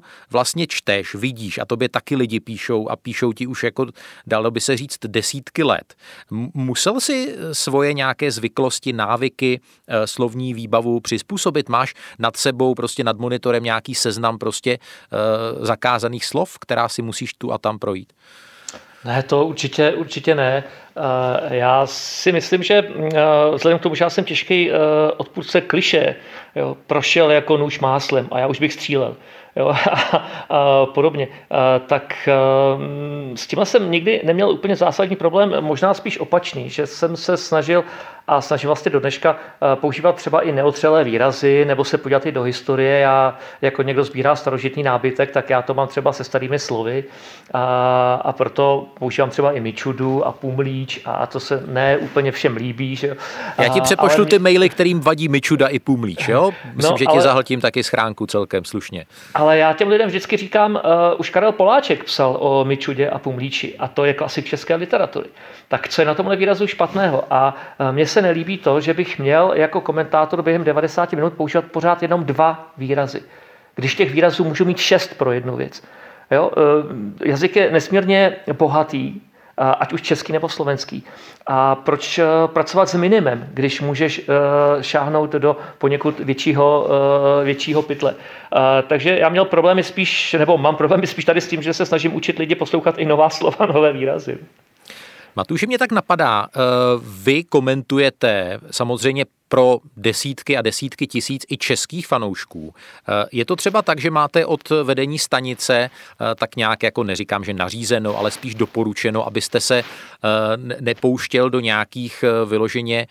vlastně čteš, vidíš a tobě taky lidi píšou a píšou ti už jako, dalo by se říct, desítky let. Musel si svoje nějaké zvyklosti, návyky, slovní výbavu přizpůsobit? Máš nad sebou, prostě nad monitorem nějaký seznam prostě zakázaných slov, která si musíš tu a tam projít? Ne, to určitě, určitě ne. Já si myslím, že vzhledem k tomu, že já jsem těžký odpůrce klišé, jo, prošel jako nůž máslem a já už bych střílel. Jo, a, a podobně. A, tak a, s tím jsem nikdy neměl úplně zásadní problém, možná spíš opačný, že jsem se snažil a snažím vlastně do dneška používat třeba i neotřelé výrazy, nebo se podívat i do historie. Já jako někdo sbírá starožitný nábytek, tak já to mám třeba se starými slovy a, a proto používám třeba i mičudu a pumlíč a to se ne úplně všem líbí. Že? Já ti přepošlu ty maily, kterým vadí mičuda i pumlíč, jo? Myslím, no, že ti ale... zahltím taky schránku celkem slušně. Ale já těm lidem vždycky říkám, uh, už Karel Poláček psal o mičudě a pumlíči a to je klasik české literatury. Tak co je na tomhle výrazu špatného? A uh, mně se nelíbí to, že bych měl jako komentátor během devadesát minut používat pořád jenom dva výrazy. Když těch výrazů můžu mít šest pro jednu věc. Jo? Uh, jazyk je nesmírně bohatý, ať už český nebo slovenský. A proč pracovat s minimem, když můžeš šáhnout do poněkud většího, většího pytle. Takže já měl problémy spíš, nebo mám problémy spíš tady s tím, že se snažím učit lidi poslouchat i nová slova, nové výrazy. Matouši, mě tak napadá, vy komentujete samozřejmě pro desítky a desítky tisíc i českých fanoušků. Je to třeba tak, že máte od vedení stanice tak nějak, jako neříkám, že nařízeno, ale spíš doporučeno, abyste se nepouštěl do nějakých vyloženě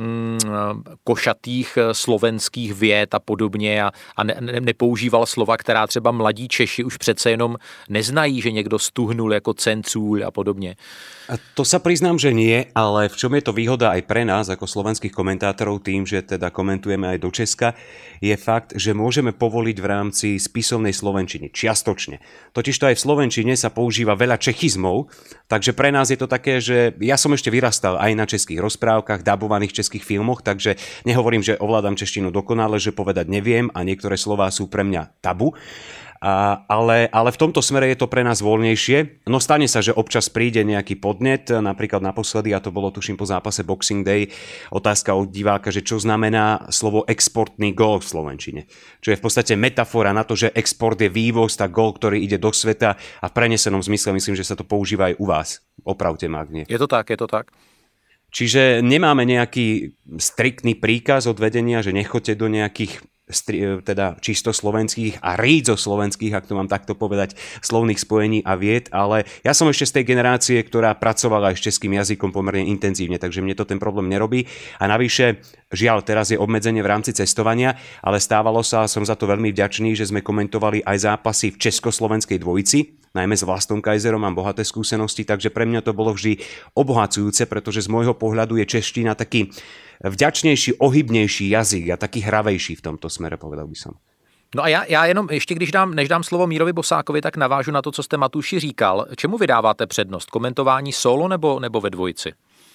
košatých slovenských vět a podobně a, a ne, ne, nepoužíval slova, která třeba mladí Češi už přece jenom neznají, že někdo stuhnul jako cencúľ a podobně. A to sa priznám, že nie, ale v čom je to výhoda aj pre nás ako slovenských komentátorov tým, že teda komentujeme aj do Česka, je fakt, že môžeme povoliť v rámci spisovnej slovenčiny čiastočne. Totižto aj v slovenčine sa používa veľa čechizmov, takže pre nás je to také, že ja som ešte vyrastal aj na českých rozprávkach, dabovaných českých filmoch, takže nehovorím, že ovládam češtinu dokonale, že povedať neviem a niektoré slová sú pre mňa tabu. A, ale, ale v tomto smere je to pre nás voľnejšie. No stane sa, že občas príde nejaký podnet, napríklad naposledy, a to bolo tuším po zápase Boxing Day, otázka od diváka, že čo znamená slovo exportný gól v slovenčine. Čo je v podstate metafora na to, že export je vývoz, tak gól, ktorý ide do sveta a v prenesenom zmysle myslím, že sa to používa aj u vás. Opravte ma, ak nie. Je to tak, je to tak. Čiže nemáme nejaký striktný príkaz od vedenia, že nechoďte do nejakých teda čisto slovenských a rídzo slovenských, ak to mám takto povedať, slovných spojení a vied, ale ja som ešte z tej generácie, ktorá pracovala aj s českým jazykom pomerne intenzívne, takže mne to ten problém nerobí. A navyše, žiaľ, teraz je obmedzenie v rámci cestovania, ale stávalo sa, som za to veľmi vďačný, že sme komentovali aj zápasy v československej dvojici, najmä s Vlastom Kaiserom, mám bohaté skúsenosti, takže pre mňa to bolo vždy obohacujúce, pretože z môjho pohľadu je čeština taký vďačnější, ohybnější jazyk a taky hravejší v tomto smere, povedal by som. No a já, já jenom, ještě když dám, než dám slovo Mírovi Bosákovi, tak navážu na to, co jste Matúši říkal. Čemu vydáváte přednost? Komentování solo nebo, nebo ve dvojici?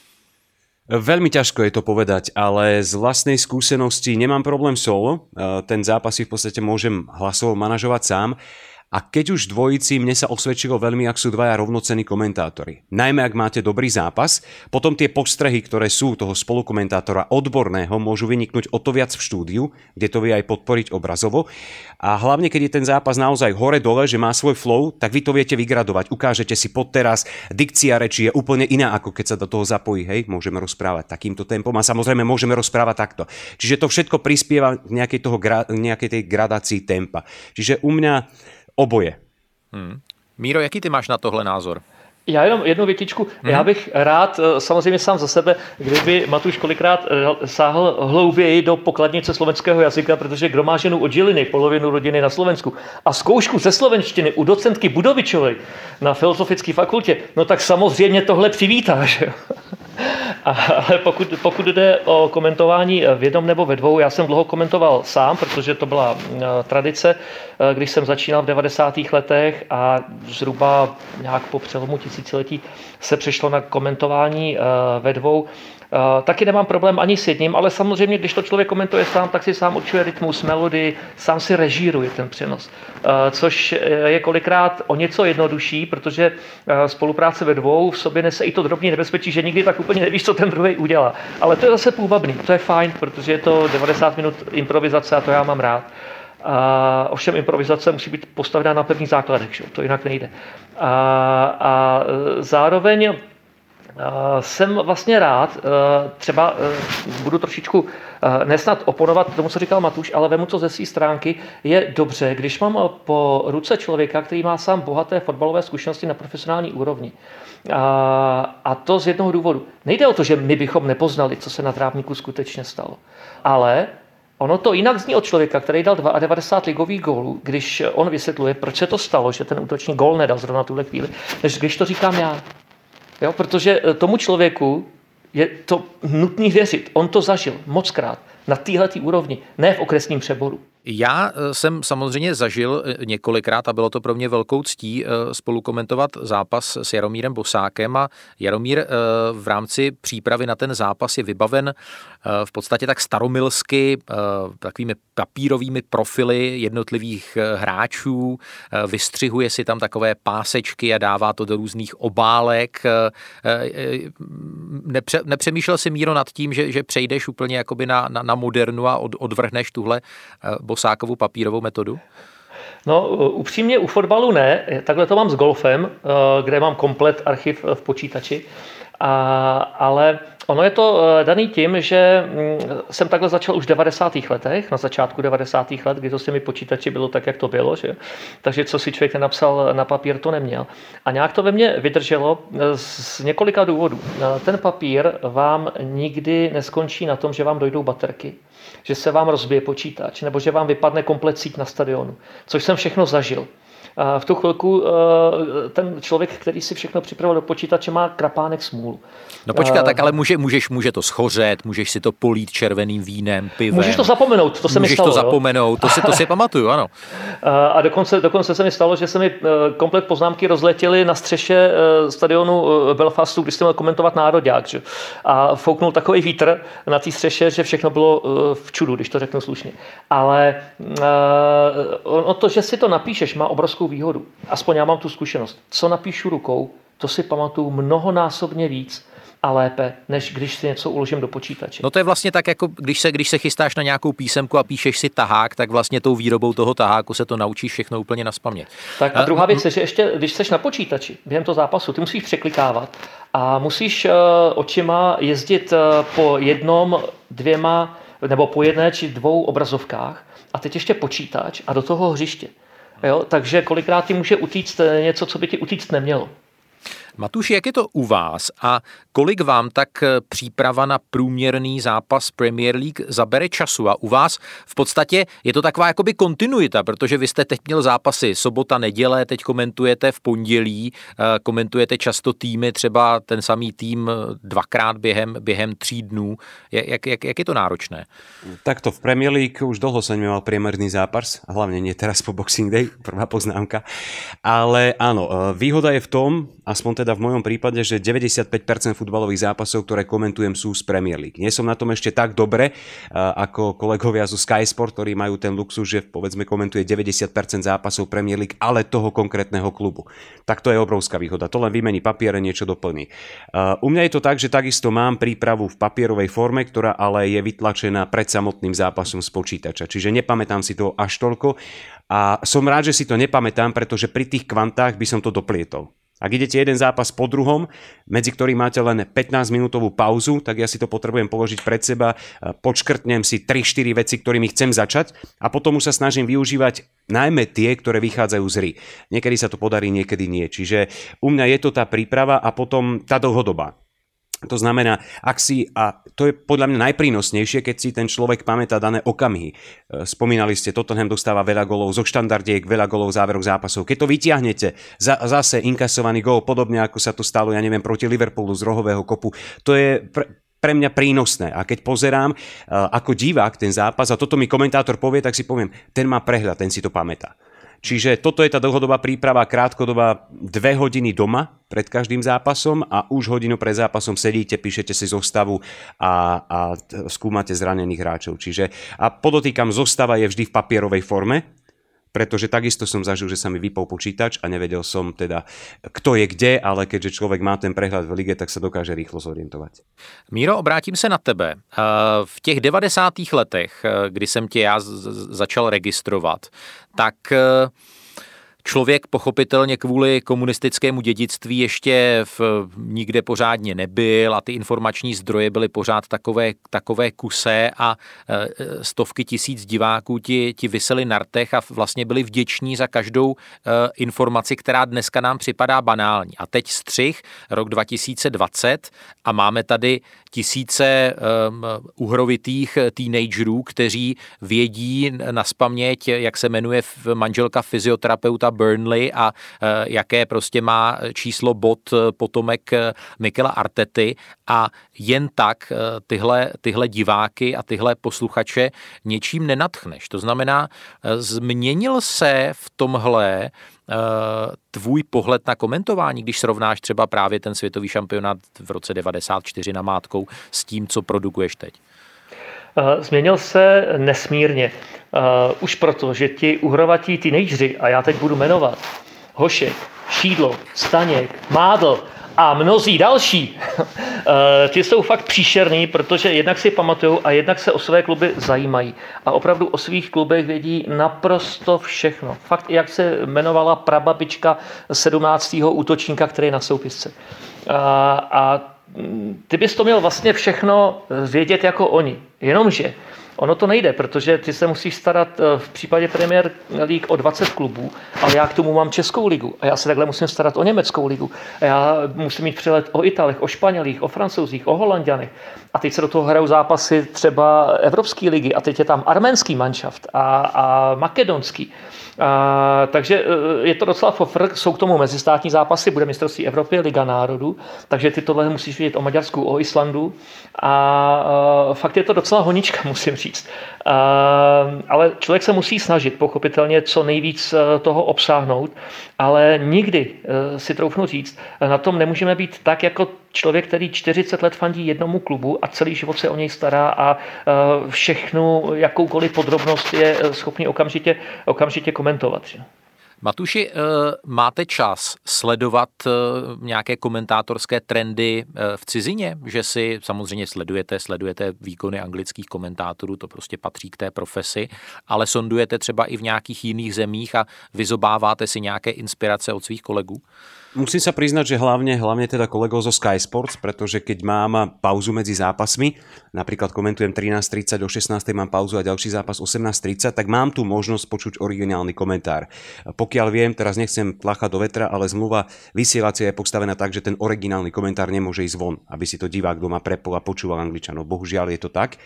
Veľmi ťažko je to povedať, ale z vlastnej skúsenosti nemám problém solo. Ten zápas si v podstate môžem hlasovo manažovať sám. A keď už v dvojici, mne sa osvedčilo veľmi, ak sú dvaja rovnocenní komentátori. Najmä, ak máte dobrý zápas, potom tie postrehy, ktoré sú toho spolukomentátora odborného, môžu vyniknúť o to viac v štúdiu, kde to vie aj podporiť obrazovo. A hlavne, keď je ten zápas naozaj hore-dole, že má svoj flow, tak vy to viete vygradovať. Ukážete si podteraz, dikcia reči je úplne iná, ako keď sa do toho zapojí. Hej, môžeme rozprávať takýmto tempom a samozrejme môžeme rozprávať takto. Čiže to všetko prispieva k nejakej, toho, nejakej tej gradácii tempa. Čiže u mňa oboje. Hmm. Míro, jaký ty máš na tohle názor? Já jenom jednu větičku. Hmm. Já bych rád, samozřejmě sám za sebe, kdyby Matúš kolikrát sáhl hlouběji do pokladnice slovenského jazyka, protože kdo má ženu od Žiliny, polovinu rodiny na Slovensku, a zkoušku ze slovenštiny u docentky Budovičovej na Filozofické fakultě, no tak samozřejmě tohle přivítá, že jo? Ale pokud, pokud jde o komentování v jednom nebo ve dvou, já jsem dlouho komentoval sám, protože to byla tradice, když jsem začínal v devadesátých letech a zhruba nějak po přelomu tisíciletí se přešlo na komentování ve dvou. Taky nemám problém ani s jedním, ale samozřejmě, když to člověk komentuje sám, tak si sám určuje rytmus, melodii, sám si režíruje ten přenos. Což je kolikrát o něco jednodušší, protože spolupráce ve dvou v sobě nese i to drobné nebezpečí, že nikdy tak úplně nevíš, co ten druhý udělá. Ale to je zase půvabný, to je fajn, protože je to devadesát minut improvizace a to já mám rád. A ovšem improvizace musí být postavená na pevných základech, že? To jinak nejde. A, a zároveň jsem vlastně rád, třeba budu trošičku nesnad oponovat tomu, co říkal Matuš, ale vemu to ze své stránky, je dobře, když mám po ruce člověka, který má sám bohaté fotbalové zkušenosti na profesionální úrovni. A, a to z jednoho důvodu. Nejde o to, že my bychom nepoznali, co se na trávníku skutečně stalo, ale ono to jinak zní od člověka, který dal devadesát dva ligových gólů, když on vysvětluje, proč se to stalo, že ten útočník gól nedal zrovna tuhle chvíli, než když to říkám já. Jo, protože tomu člověku je to nutný věřit. On to zažil mockrát na téhletý úrovni, ne v okresním přeboru. Já jsem samozřejmě zažil několikrát a bylo to pro mě velkou ctí spolu komentovat zápas s Jaromírem Bosákem a Jaromír v rámci přípravy na ten zápas je vybaven v podstatě tak staromilsky takovými papírovými profily jednotlivých hráčů, vystřihuje si tam takové pásečky a dává to do různých obálek. Nepře, nepřemýšlel si, Míro, nad tím, že, že přejdeš úplně jakoby na, na, na modernu a od, odvrhneš tuhle Bosákovu papírovou metodu? No, upřímně u fotbalu ne. Takhle to mám s golfem, kde mám komplet archiv v počítači. A, ale ono je to daný tím, že jsem takhle začal už v devadesátých letech, na začátku devadesátých let, kdy to s těmi počítači bylo tak, jak to bylo. Že? Takže co si člověk nenapsal na papír, to neměl. A nějak to ve mně vydrželo z několika důvodů. Ten papír vám nikdy neskončí na tom, že vám dojdou baterky, že se vám rozbije počítač, nebo že vám vypadne komplet síť na stadionu, což jsem všechno zažil. V tu chvilku ten člověk, který si všechno připravil do počítače, má krapánek smůlu. No počkat, uh, tak ale může, můžeš, může to schořet, můžeš si to polít červeným vínem, pivem. Můžeš to zapomenout, to se mi stalo. Můžeš to zapomenout, to si, to si pamatuju, ano. A dokonce, dokonce se mi stalo, že se mi komplet poznámky rozletěly na střeše stadionu Belfastu, když jsem měl komentovat nároďák. Že? A fouknul takový vítr na té střeše, že všechno bylo v čudu, když to řeknu slušně. Ale ono to, že si to napíšeš, má obrovskou výhodu. Aspoň já mám tu zkušenost. Co napíšu rukou, to si pamatuju mnohonásobně víc a lépe, než když si něco uložím do počítače. No to je vlastně tak, jako když se, když se chystáš na nějakou písemku a píšeš si tahák, tak vlastně tou výrobou toho taháku se to naučíš všechno úplně nazpaměť. Tak a druhá věc je, že ještě, když jsi na počítači během toho zápasu, ty musíš překlikávat a musíš uh, očima jezdit uh, po jednom, dvěma, nebo po jedné či dvou obrazovkách a teď ještě počítač a do toho hřiště. Jo, takže kolikrát ti může utíct něco, co by ti utíct nemělo. Matuši, jak je to u vás a kolik vám tak příprava na průměrný zápas Premier League zabere času? A u vás v podstatě je to taková jakoby kontinuita, protože vy jste teď měl zápasy sobota, neděle, teď komentujete v pondělí, komentujete často týmy, třeba ten samý tým dvakrát během, během tří dnů. Jak, jak, jak je to náročné? Takto v Premier League už dlho som nemal priemerný zápas, a hlavne nie teraz po Boxing Day, prvá poznámka. Ale áno, výhoda je v tom, aspoň teda v mojom prípade, že deväťdesiatpäť percent futbalových zápasov, ktoré komentujem, sú z Premier League. Nie som na tom ešte tak dobre, ako kolegovia zo Sky Sport, ktorí majú ten luxus, že povedzme komentuje deväťdesiat percent zápasov Premier League, ale toho konkrétneho klubu. Tak to je obrovská výhoda. To len vymení papiere, niečo doplní. U mňa je to tak, že takisto mám prípravu v papierovej forme, ktorá ale je vytlačená pred samotným zápasom z počítača. Čiže nepamätám si to až toľko a som rád, že si to nepamätám, pretože pri tých kvantách by som to doplietol. Ak idete jeden zápas po druhom, medzi ktorým máte len pätnásťminútovú pauzu, tak ja si to potrebujem položiť pred seba, počkrtnem si tri štyri veci, ktorými chcem začať a potom už sa snažím využívať najmä tie, ktoré vychádzajú z hry. Niekedy sa to podarí, niekedy nie. Čiže u mňa je to tá príprava a potom tá dlhodobá. To znamená, ak si, a to je podľa mňa najprínosnejšie, keď si ten človek pamätá dané okamihy. Spomínali ste, Tottenham dostáva veľa golov zo štandardiek, veľa golov záverok zápasov. Keď to vytiahnete, za, zase inkasovaný gól, podobne ako sa to stalo, ja neviem, proti Liverpoolu z rohového kopu, to je pre, pre mňa prínosné. A keď pozerám ako divák ten zápas, a toto mi komentátor povie, tak si poviem, ten má prehľad, ten si to pamätá. Čiže toto je tá dlhodobá príprava, krátkodobá, dve hodiny doma pred každým zápasom a už hodinu pred zápasom sedíte, píšete si zostavu a, a skúmate zranených hráčov. Čiže, a podotýkam, zostava je vždy v papierovej forme, pretože takisto som zažil, že sa mi vypol počítač a nevedel som teda, kto je kde, ale keďže človek má ten prehľad v lige, tak sa dokáže rýchlo zorientovať. Míro, obrátím se na tebe. V těch devadesátých letech, kdy jsem tě já začal registrovat, tak člověk pochopitelně kvůli komunistickému dědictví ještě v, nikde pořádně nebyl a ty informační zdroje byly pořád takové, takové kusé a e, stovky tisíc diváků ti, ti viseli na rtech a vlastně byli vděční za každou e, informaci, která dneska nám připadá banální. A teď střih, rok dva tisíce dvacet a máme tady tisíce um, uhrovitých teenagerů, kteří vědí naspaměť, jak se jmenuje manželka fyzioterapeuta Burnley a uh, jaké prostě má číslo bod potomek Mikela Artety a jen tak uh, tyhle, tyhle diváky a tyhle posluchače něčím nenadchneš. To znamená, uh, změnil se v tomhle tvůj pohled na komentování, když srovnáš třeba právě ten světový šampionát v roce devadesát čtyři namátkou s tím, co produkuješ teď? Změnil se nesmírně. Už proto, že ti uhrovatí teenageři, a já teď budu jmenovat, Hošek, Šídlo, Staněk, Mádl a mnozí další, ti jsou fakt příšerní, protože jednak si pamatujou a jednak se o své kluby zajímají. A opravdu o svých klubech vědí naprosto všechno. Fakt, jak se jmenovala prababička sedmnáctého útočníka, který je na soupisce. A, a ty bys to měl vlastně všechno vědět jako oni. Jenomže ono to nejde, protože ty se musíš starat v případě Premier League o dvacet klubů, ale já k tomu mám Českou ligu a já se takhle musím starat o Německou ligu. A já musím mít přehled o Italech, o Španělích, o Francouzích, o Holanďanech. A teď se do toho hrajou zápasy třeba Evropské ligy a teď je tam arménský manšaft a, a makedonský. A, takže je to docela fofr, jsou k tomu mezistátní zápasy, bude mistrovství Evropy, Liga národů, takže ty tohle musíš vědět o Maďarsku, o Islandu a, a fakt je to docela honička, musím říct. A, ale člověk se musí snažit pochopitelně co nejvíc toho obsáhnout, ale nikdy si troufnu říct, na tom nemůžeme být tak jako člověk, který čtyřicet let fandí jednomu klubu a celý život se o něj stará a všechnu, jakoukoliv podrobnost je schopný okamžitě, okamžitě komentovat. Matuši, máte čas sledovat nějaké komentátorské trendy v cizině? Že si samozřejmě sledujete, sledujete výkony anglických komentátorů, to prostě patří k té profesi, ale sondujete třeba i v nějakých jiných zemích a vyzobáváte si nějaké inspirace od svých kolegů? Musím sa priznať, že hlavne, hlavne teda kolegov zo Sky Sports, pretože keď mám pauzu medzi zápasmi, napríklad komentujem trinásť tridsať, do šestnásť mám pauzu a ďalší zápas osemnásť tridsať, tak mám tu možnosť počuť originálny komentár. Pokiaľ viem, teraz nechcem tlachať do vetra, ale zmluva vysielacia je postavená tak, že ten originálny komentár nemôže ísť von, aby si to divák doma prepol a počúval Angličanov. Bohužiaľ je to tak.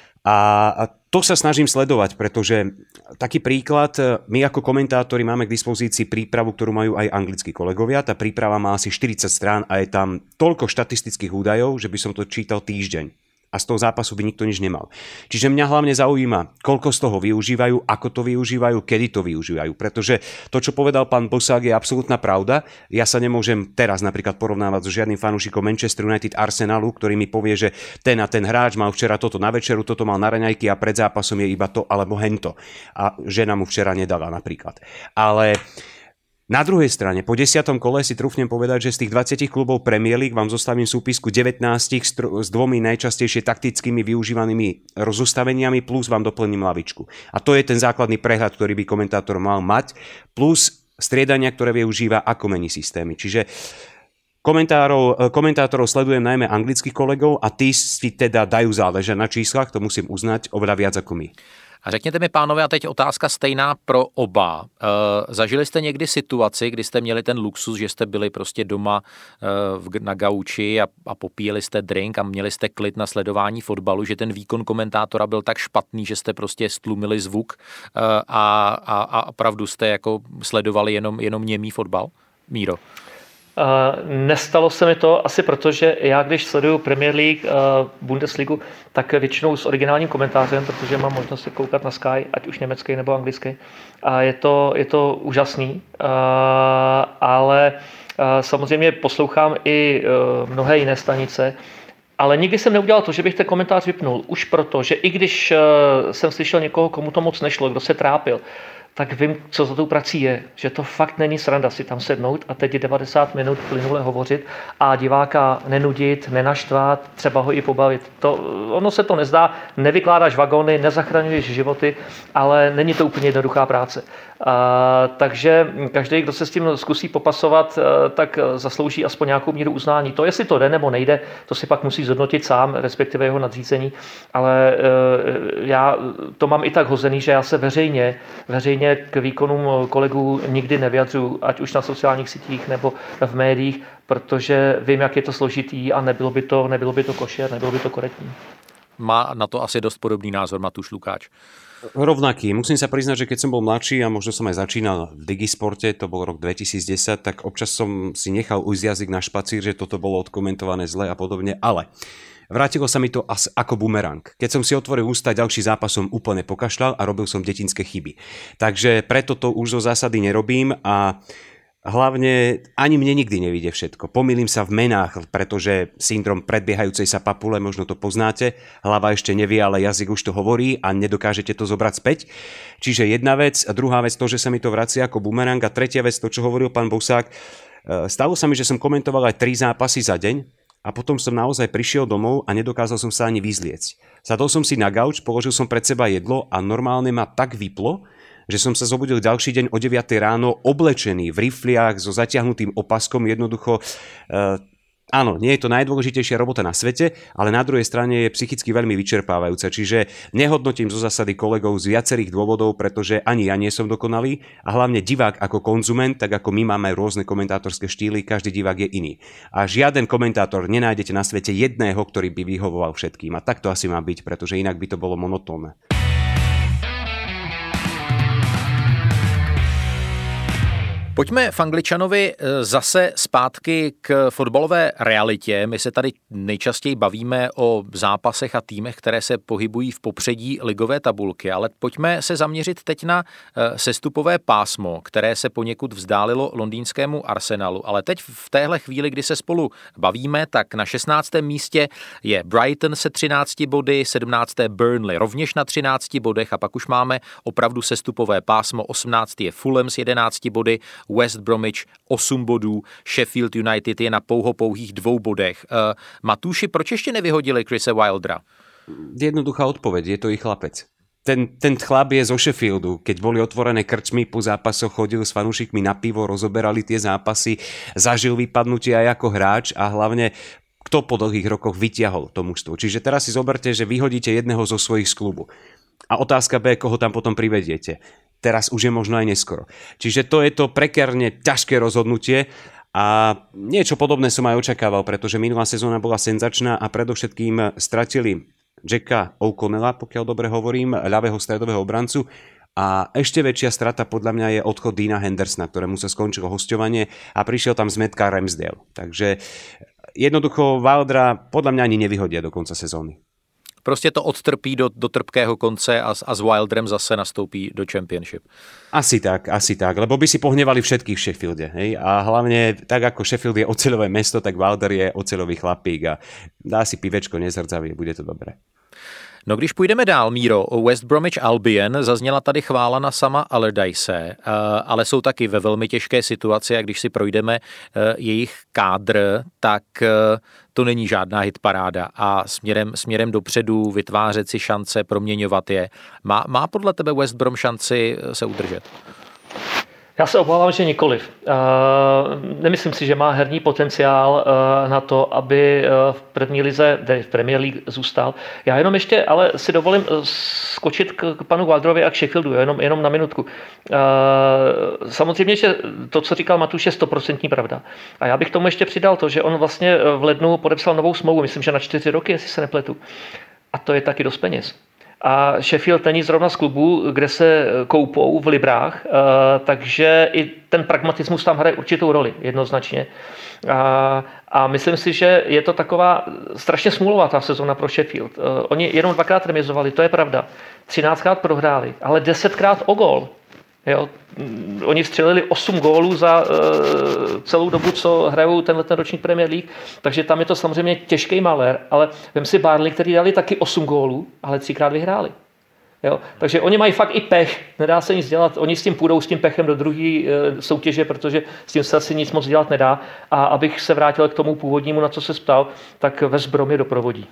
A to sa snažím sledovať, pretože taký príklad, my ako komentátori máme k dispozícii prípravu, ktorú majú aj anglickí kolegovia. Tá príprava má asi štyridsať strán a je tam toľko štatistických údajov, že by som to čítal týždeň. A z toho zápasu by nikto nič nemal. Čiže mňa hlavne zaujíma, koľko z toho využívajú, ako to využívajú, kedy to využívajú. Pretože to, čo povedal pán Bosák, je absolútna pravda. Ja sa nemôžem teraz napríklad porovnávať so žiadnym fanúšikom Manchester United, Arsenalu, ktorý mi povie, že ten a ten hráč mal včera toto na večeru, toto mal na raňajky a pred zápasom je iba to alebo hento. A žena mu včera nedala napríklad. Ale na druhej strane, po desiatom kole si trúfnem povedať, že z tých dvadsať klubov Premier League vám zostavím súpisku devätnásť s dvomi najčastejšie taktickými využívanými rozostaveniami, plus vám doplním lavičku. A to je ten základný prehľad, ktorý by komentátor mal mať, plus striedania, ktoré využíva a mení systémy. Čiže komentárov, komentátorov sledujem najmä anglických kolegov a tí si teda dajú záležať na číslach, to musím uznať, oveľa viac ako my. A řekněte mi, pánové, a teď otázka stejná pro oba. E, zažili jste někdy situaci, kdy jste měli ten luxus, že jste byli prostě doma e, na gauči a, a popíjeli jste drink a měli jste klid na sledování fotbalu, že ten výkon komentátora byl tak špatný, že jste prostě stlumili zvuk e, a, a, a opravdu jste jako sledovali jenom, jenom němý fotbal? Míro. Nestalo se mi to asi proto, že já, když sleduju Premier League, Bundesligu, tak většinou s originálním komentářem, protože mám možnost se koukat na Sky, ať už německý nebo anglický. A je to, je to úžasný, ale samozřejmě poslouchám i mnohé jiné stanice, ale nikdy jsem neudělal to, že bych ten komentář vypnul. Už proto, že i když jsem slyšel někoho, komu to moc nešlo, kdo se trápil, tak vím, co za tou prací je, že to fakt není sranda si tam sednout a teď devadesát minut plynule hovořit a diváka nenudit, nenaštvat, třeba ho i pobavit. To, ono se to nezdá, nevykládáš vagóny, nezachraňuješ životy, ale není to úplně jednoduchá práce. A, takže každý, kdo se s tím zkusí popasovat, tak zaslouží aspoň nějakou míru uznání. To, jestli to jde nebo nejde, to si pak musí zhodnotit sám, respektive jeho nadřízení, ale já to mám i tak hozený, že já se veřejně, veřejně k výkonům kolegů nikdy nevyjadřuju, ať už na sociálních sítích nebo v médiích, protože vím, jak je to složitý a nebylo by to, nebylo by to košer, nebylo by to korektní. Má na to asi dost podobný názor Matúš Lukáč. Rovnaký. Musím sa priznať, že keď som bol mladší a možno som aj začínal v Digisporte, to bol rok dvetisícdesať, tak občas som si nechal ujsť jazyk na špacír, že toto bolo odkomentované zle a podobne, ale vrátilo sa mi to ako bumerang. Keď som si otvoril ústa, ďalší zápas som úplne pokašľal a robil som detinské chyby. Takže preto to už zo zásady nerobím a hlavne ani mne nikdy nevíde všetko. Pomýlim sa v menách, pretože syndrom predbiehajúcej sa papule, možno to poznáte, hlava ešte nevie, ale jazyk už to hovorí a nedokážete to zobrať späť. Čiže jedna vec, a druhá vec to, že sa mi to vracia ako bumerang a tretia vec to, čo hovoril pán Bosák. Stalo sa mi, že som komentoval aj tri zápasy za deň a potom som naozaj prišiel domov a nedokázal som sa ani vyzliecť. Sadol som si na gauč, položil som pred seba jedlo a normálne ma tak vyplo, že som sa zobudil ďalší deň o deviatej ráno oblečený v rifliach so zatiahnutým opaskom. Jednoducho, e, áno, nie je to najdôležitejšia robota na svete, ale na druhej strane je psychicky veľmi vyčerpávajúca. Čiže nehodnotím zo zásady kolegov z viacerých dôvodov, pretože ani ja nie som dokonalý a hlavne divák ako konzument, tak ako my máme rôzne komentátorské štýly, každý divák je iný. A žiaden komentátor nenájdete na svete jedného, ktorý by vyhovoval všetkým. A tak to asi má byť, pretože inak by to bolo monotónne. Pojďme v Angličanovi zase zpátky k fotbalové realitě. My se tady nejčastěji bavíme o zápasech a týmech, které se pohybují v popředí ligové tabulky, ale pojďme se zaměřit teď na sestupové pásmo, které se poněkud vzdálilo londýnskému Arsenalu. Ale teď v téhle chvíli, kdy se spolu bavíme, tak na šestnáctém místě je Brighton se třinácti body, sedmnácté Burnley rovněž na třinácti bodech a pak už máme opravdu sestupové pásmo. osmnáctý je Fulham s jedenácti body, West Bromwich osm bodů, Sheffield United je na pouhopouhých dvou bodech. Uh, Matúši, proč ještě nevyhodili Chrisa Wildera? Jednoduchá odpoveď, je to ich chlapec. Ten, ten chlap je zo Sheffieldu. Keď boli otvorené krčmy po zápasoch, chodil s fanúšikmi na pivo, rozoberali tie zápasy, zažil vypadnutie aj ako hráč a hlavne kto po dlhých rokoch vytiahol to mužstvo. Čiže teraz si zoberte, že vyhodíte jedného zo svojich z klubu. A otázka B, koho tam potom privediete. Teraz už je možno aj neskoro. Čiže to je to prekerne ťažké rozhodnutie a niečo podobné som aj očakával, pretože minulá sezóna bola senzačná a predovšetkým stratili Jacka O'Connella, pokiaľ dobre hovorím, ľavého stredového obrancu a ešte väčšia strata podľa mňa je odchod Deana Hendersona, ktorému sa skončilo hosťovanie a prišiel tam zmetka Ramsdale. Takže jednoducho Wildera podľa mňa ani nevyhodia do konca sezóny. Prostě to odtrpí do, do trpkého konce a, a s Wilderem zase nastoupí do Championship. Asi tak, asi tak, lebo by si pohnevali všetkých v Sheffielde. Hej? A hlavne tak ako Sheffield je oceľové mesto, tak Wilder je oceľový chlapík a dá si pivečko, nezrdzaví, bude to dobré. No když půjdeme dál, Míro, o West Bromwich Albion zazněla tady chvála na sama Allardyce, ale jsou taky ve velmi těžké situaci a když si projdeme jejich kádr, tak to není žádná hitparáda a směrem, směrem dopředu vytvářet si šance, proměňovat je. Má, má podle tebe West Brom šanci se udržet? Já se obávám, že nikoliv. Nemyslím si, že má herní potenciál na to, aby v první lize, tedy v Premier League zůstal. Já jenom ještě, ale si dovolím skočit k panu Wilderovi a k Sheffieldu, jenom, jenom na minutku. Samozřejmě, že to, co říkal Matúš, je stoprocentní pravda. A já bych tomu ještě přidal to, že on vlastně v lednu podepsal novou smlouvu, myslím, že na čtyři roky, jestli se nepletu. A to je taky dost peněz. A Sheffield není zrovna z klubů, kde se koupou v librách, takže i ten pragmatismus tam hraje určitou roli, jednoznačně. A, a myslím si, že je to taková strašně smůlová ta sezona pro Sheffield. Oni jenom dvakrát remizovali, to je pravda. třináctkrát prohráli, ale desetkrát o gól. Jo, oni vstřelili osm gólů za uh, celou dobu, co hrajou tenhle ten ročník Premier League, takže tam je to samozřejmě těžký malér, ale vem si Burnley, který dali taky osm gólů, ale třikrát vyhráli. Jo, takže oni mají fakt i pech, nedá se nic dělat, oni s tím půjdou s tím pechem do druhé uh, soutěže, protože s tím se asi nic moc dělat nedá. A abych se vrátil k tomu původnímu, na co se ptal, tak West Brom je doprovodí.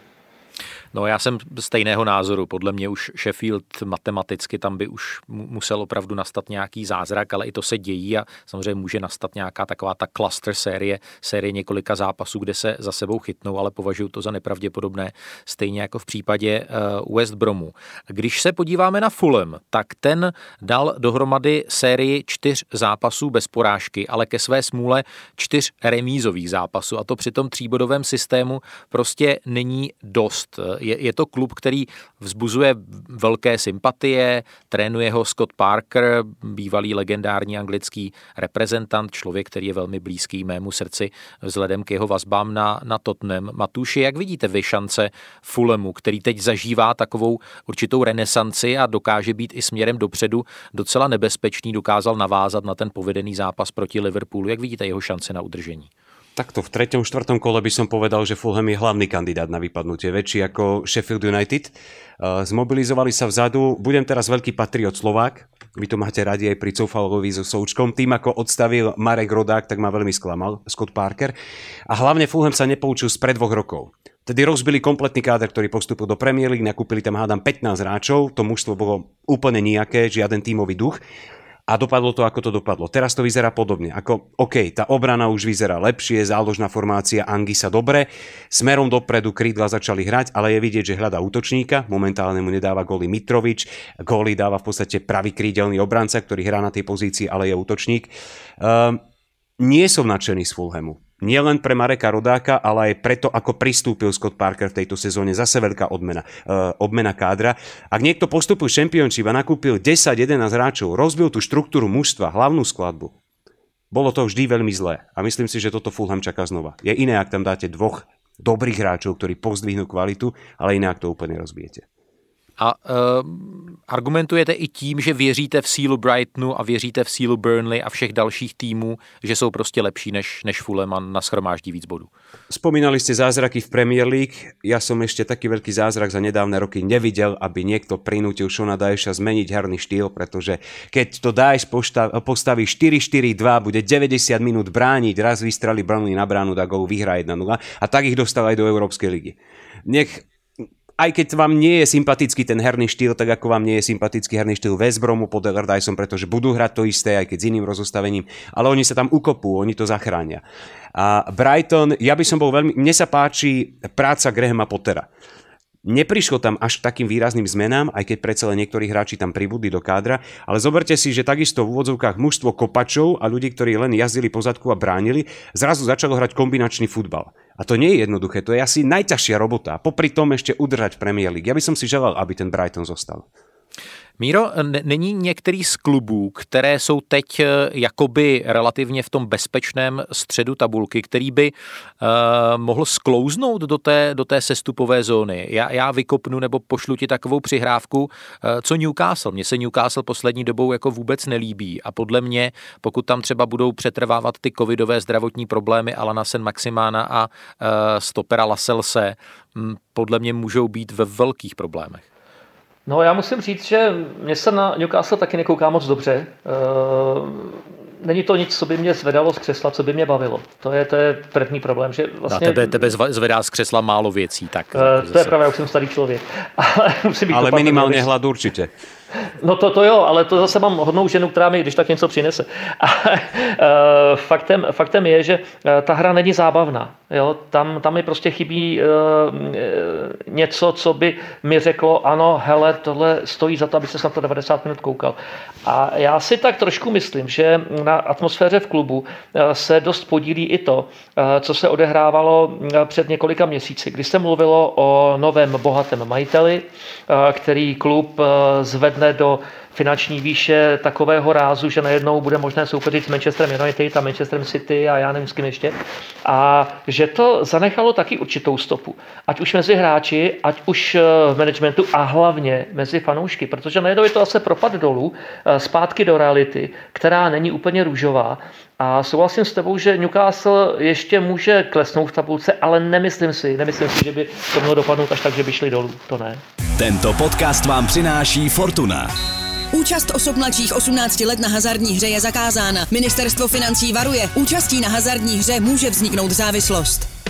No já jsem stejného názoru, podle mě už Sheffield matematicky tam by už musel opravdu nastat nějaký zázrak, ale i to se dějí a samozřejmě může nastat nějaká taková ta cluster série, série několika zápasů, kde se za sebou chytnou, ale považuji to za nepravděpodobné, stejně jako v případě uh, West Bromu. Když se podíváme na Fulham, tak ten dal dohromady sérii čtyř zápasů bez porážky, ale ke své smůle čtyř remízových zápasů a to při tom tříbodovém systému prostě není dost. Je, je to klub, který vzbuzuje velké sympatie, trénuje ho Scott Parker, bývalý legendární anglický reprezentant, člověk, který je velmi blízký mému srdci vzhledem k jeho vazbám na, na Tottenham. Matuši, jak vidíte vy šance Fulhamu, který teď zažívá takovou určitou renesanci a dokáže být i směrem dopředu docela nebezpečný, dokázal navázat na ten povedený zápas proti Liverpoolu. Jak vidíte jeho šance na udržení? Takto v treťom, štvrtom kole by som povedal, že Fulham je hlavný kandidát na vypadnutie, väčší ako Sheffield United. Zmobilizovali sa vzadu, budem teraz veľký patriot Slovák, vy to máte radi aj pri Coufalovi so Součkom, tým ako odstavil Marek Rodák, tak ma veľmi sklamal Scott Parker. A hlavne Fulham sa nepoučil spred dvoch rokov. Tedy rozbili kompletný káder, ktorý postupil do Premier League, nakúpili tam hádam pätnásť hráčov, to mužstvo bolo úplne nijaké, žiaden tímový duch. A dopadlo to, ako to dopadlo. Teraz to vyzerá podobne. Ako, OK, tá obrana už vyzerá lepšie, záložná formácia Angisa dobre, smerom dopredu krídla začali hrať, ale je vidieť, že hľadá útočníka, momentálne mu nedáva góly Mitrovič, góly dáva v podstate pravý krídelný obranca, ktorý hrá na tej pozícii, ale je útočník. Um, nie som nadšený z Fulhamu. Nie len pre Mareka Rodáka, ale aj preto, ako pristúpil Scott Parker v tejto sezóne. Zase veľká odmena, uh, obmena kádra. Ak niekto postupil Championship a nakúpil desať jedenásť hráčov, rozbil tú štruktúru mužstva, hlavnú skladbu, bolo to vždy veľmi zlé. A myslím si, že toto Fulham čaká znova. Je iné, ak tam dáte dvoch dobrých hráčov, ktorí pozdvihnú kvalitu, ale iné, ak to úplne rozbijete. A uh, argumentujete i tím, že věříte v sílu Brightonu a věříte v sílu Burnley a všech dalších týmů, že jsou prostě lepší než, než Fulham a nashromáždí víc bodů. Spomínali ste zázraky v Premier League. Ja som ešte taký veľký zázrak za nedávne roky nevidel, aby niekto prinútil Shona Dyche'a zmeniť herný štýl, pretože keď to Dyche postaví štyri štyri dva, bude deväťdesiat minút brániť, raz vystrelí Burnley na bránu, dá gól, vyhrá jedna nula a tak ich dostal aj do Európskej ligy. Nech aj keď vám nie je sympatický ten herný štýl, tak ako vám nie je sympatický herný štýl West Bromu pod Allardyceom, pretože budú hrať to isté, aj keď s iným rozostavením, ale oni sa tam ukopú, oni to zachránia. A Brighton, ja by som bol veľmi, mne sa páči práca Grahama Pottera. Neprišlo tam až k takým výrazným zmenám, aj keď predsa len niektorí hráči tam pribudli do kádra, ale zoberte si, že takisto v úvodzovkách mužstvo kopačov a ľudí, ktorí len jazdili po zadku a bránili, zrazu začalo hrať kombinačný futbal. A to nie je jednoduché, to je asi najťažšia robota. Popri tom ešte udržať v Premier League. Ja by som si želal, aby ten Brighton zostal. Míro, není některý z klubů, které jsou teď jakoby relativně v tom bezpečném středu tabulky, který by uh, mohl sklouznout do té, do té sestupové zóny? Já, já vykopnu nebo pošlu ti takovou přihrávku, uh, co Newcastle. Mně se Newcastle poslední dobou jako vůbec nelíbí a podle mě, pokud tam třeba budou přetrvávat ty covidové zdravotní problémy Alana Saint-Maximána a uh, stopera Lascellese, um, podle mě můžou být ve velkých problémech. No já musím říct, že mě se na Newcastle taky nekouká moc dobře. Není to nic, co by mě zvedalo z křesla, co by mě bavilo. To je, to je první problém. Že vlastně... tebe, tebe zvedá z křesla málo věcí. Tak, to je pravda, už jsem starý člověk. Ale, musím být Ale minimálně hlad určitě. No to, to jo, ale to zase mám hodnou ženu, která mi když tak něco přinese. A faktem, faktem je, že ta hra není zábavná. Jo? Tam, tam mi prostě chybí něco, co by mi řeklo, ano, hele, tohle stojí za to, aby se na to devadesát minut koukal. A já si tak trošku myslím, že na atmosféře v klubu se dost podílí i to, co se odehrávalo před několika měsíci, kdy se mluvilo o novém bohatém majiteli, který klub zvedne do finanční výše takového rázu, že najednou bude možné soupeřit s Manchesterem United a Manchesterem City a já nevím s kým ještě. A že to zanechalo taky určitou stopu. Ať už mezi hráči, ať už v managementu a hlavně mezi fanoušky. Protože najednou je to zase propad dolů, zpátky do reality, která není úplně růžová. A souhlasím s tebou, že Newcastle ještě může klesnout v tabulce, ale nemyslím si, nemyslím si, že by to mělo dopadnout až tak, že by šli dolů. To ne. Tento podcast vám přináší Fortuna. Účast osob mladších osmnácti let na hazardní hře je zakázána. Ministerstvo financí varuje. Účastí na hazardní hře může vzniknout závislost.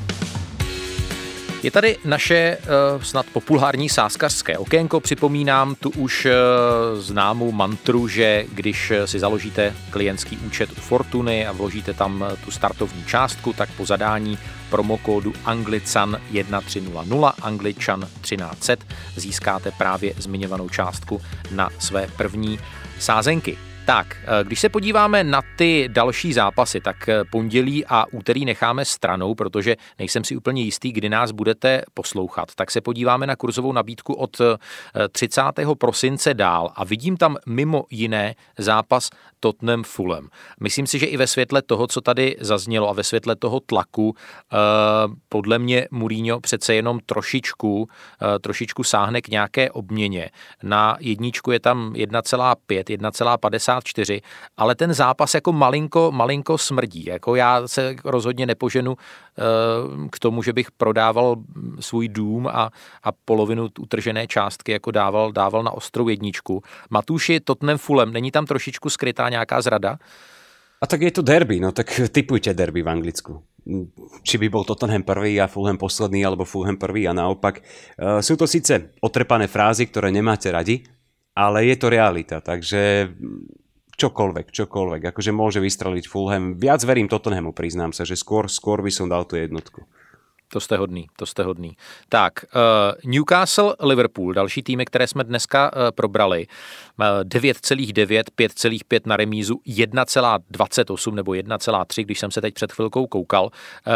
Je tady naše uh, snad populární sázkařské okénko. Připomínám tu už uh, známou mantru, že když si založíte klientský účet u Fortuny a vložíte tam tu startovní částku, tak po zadání promokódu Anglican jedna tři nula nula, Angličan třináct set, získáte právě zmiňovanou částku na své první sázenky. Tak, když se podíváme na ty další zápasy, tak pondělí a úterý necháme stranou, protože nejsem si úplně jistý, kdy nás budete poslouchat. Tak se podíváme na kurzovou nabídku od třicátého prosince dál a vidím tam mimo jiné zápas Tottenham Fulham. Myslím si, že i ve světle toho, co tady zaznělo a ve světle toho tlaku, eh, podle mě Mourinho přece jenom trošičku, eh, trošičku sáhne k nějaké obměně. Na jedničku je tam jedna celá pět, jedna celá padesát čtyři, ale ten zápas jako malinko, malinko smrdí. Jako já se rozhodně nepoženu eh, k tomu, že bych prodával svůj dům a, a polovinu utržené částky jako dával, dával na ostrou jedničku. Matúši, Tottenham Fulham, není tam trošičku skrytá nějaká zrada? A tak je to derby, no tak tipujte derby v Anglicku. Či by bol Tottenham prvý a Fulham posledný, alebo Fulham prvý a naopak. Uh, sú to síce otrpané frázy, ktoré nemáte radi, ale je to realita, takže čokoľvek, čokoľvek. Akože môže vystreliť Fulham. Viac verím Tottenhamu, priznám sa, že skôr, skôr by som dal tú jednotku. To jste hodný, to jste hodný. Tak, uh, Newcastle, Liverpool, další týmy, které jsme dneska uh, probrali. Uh, devět celá devět, pět celá pět na remízu, jedna celá dvacet osm nebo jedna celá tři, když jsem se teď před chvilkou koukal. Uh,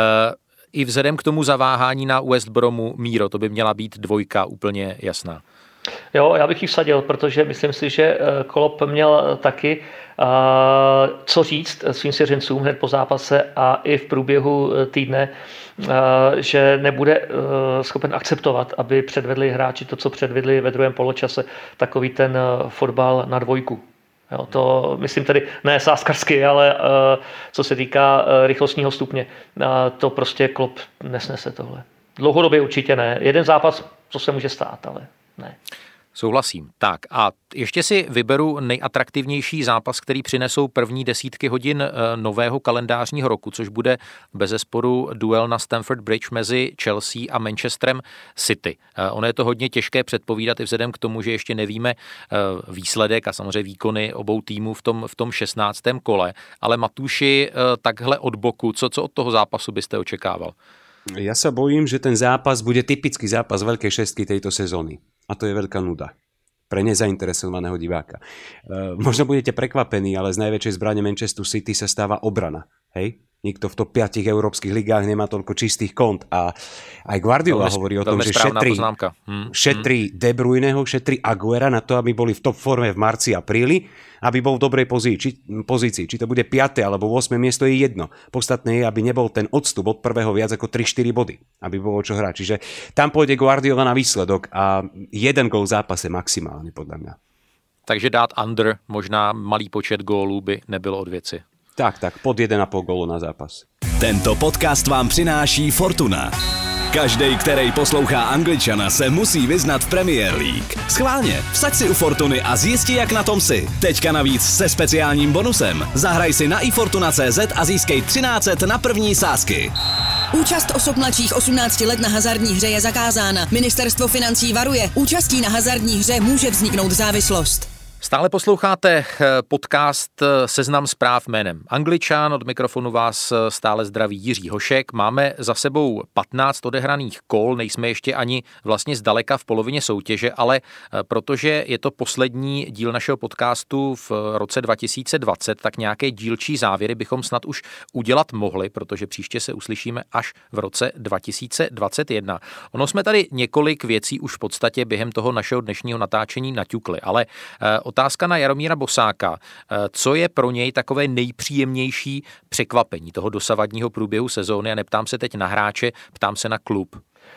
I vzhledem k tomu zaváhání na West Bromu, Míro, to by měla být dvojka úplně jasná. Jo, já bych ji vsadil, protože myslím si, že Klopp měl taky uh, co říct svým svěřencům hned po zápase a i v průběhu týdne, uh, že nebude uh, schopen akceptovat, aby předvedli hráči to, co předvedli ve druhém poločase, takový ten uh, fotbal na dvojku. Jo, to myslím tedy ne sázkařsky, ale uh, co se týká uh, rychlostního stupně, uh, to prostě Klopp nesnese tohle. Dlouhodobě určitě ne. Jeden zápas, co se může stát, ale ne. Souhlasím. Tak a ještě si vyberu nejatraktivnější zápas, který přinesou první desítky hodin nového kalendářního roku, což bude bezesporu duel na Stamford Bridge mezi Chelsea a Manchesterem City. Ono je to hodně těžké předpovídat i vzhledem k tomu, že ještě nevíme výsledek a samozřejmě výkony obou týmů v tom, v tom šestnáctém kole. Ale Matúši, takhle od boku, co, co od toho zápasu byste očekával? Ja sa bojím, že ten zápas bude typický zápas veľkej šestky tejto sezóny. A to je veľká nuda pre nezainteresovaného diváka. E, možno budete prekvapení, ale z najväčšej zbrane Manchesteru City sa stáva obrana. Hej? Nikto v top piatich európskych ligách nemá toľko čistých kont. A aj Guardiola veľmi, hovorí o tom, že šetrí, hmm. šetrí De Bruyneho, šetrí Aguera na to, aby boli v top forme v marci a apríli, aby bol v dobrej pozícii. Či, pozícii. Či to bude piate alebo ôsme miesto je jedno. Podstatné je, aby nebol ten odstup od prvého viac ako tri štyri body. Aby bolo čo hrať. Čiže tam pôjde Guardiola na výsledok a jeden gól v zápase maximálne, podľa mňa. Takže dát under, možná malý počet gólů by nebylo od věci. Tak, tak, pod jeden a pol gólu na zápas. Tento podcast vám přináší Fortuna. Každej, který poslouchá Angličana, se musí vyznat v Premier League. Schválně, vsaď si u Fortuny a zjisti, jak na tom si. Teďka navíc se speciálním bonusem. Zahraj si na ifortuna tečka cé zet a získej třináct set na první sázky. Účast osob mladších osmnácti let na hazardní hře je zakázána. Ministerstvo financí varuje. Účastí na hazardní hře může vzniknout závislost. Stále posloucháte podcast Seznam zpráv jménem Angličan. Od mikrofonu vás stále zdraví Jiří Hošek. Máme za sebou patnáct odehraných kol, nejsme ještě ani vlastně zdaleka v polovině soutěže, ale protože je to poslední díl našeho podcastu v roce dva tisíce dvacet, tak nějaké dílčí závěry bychom snad už udělat mohli, protože příště se uslyšíme až v roce dva tisíce dvacet jedna. Ono jsme tady několik věcí už v podstatě během toho našeho dnešního natáčení naťukli, ale otázka na Jaromíra Bosáka. Co je pro něj takové nejpříjemnější překvapení toho dosavadního průběhu sezóny? A neptám se teď na hráče, ptám se na klub.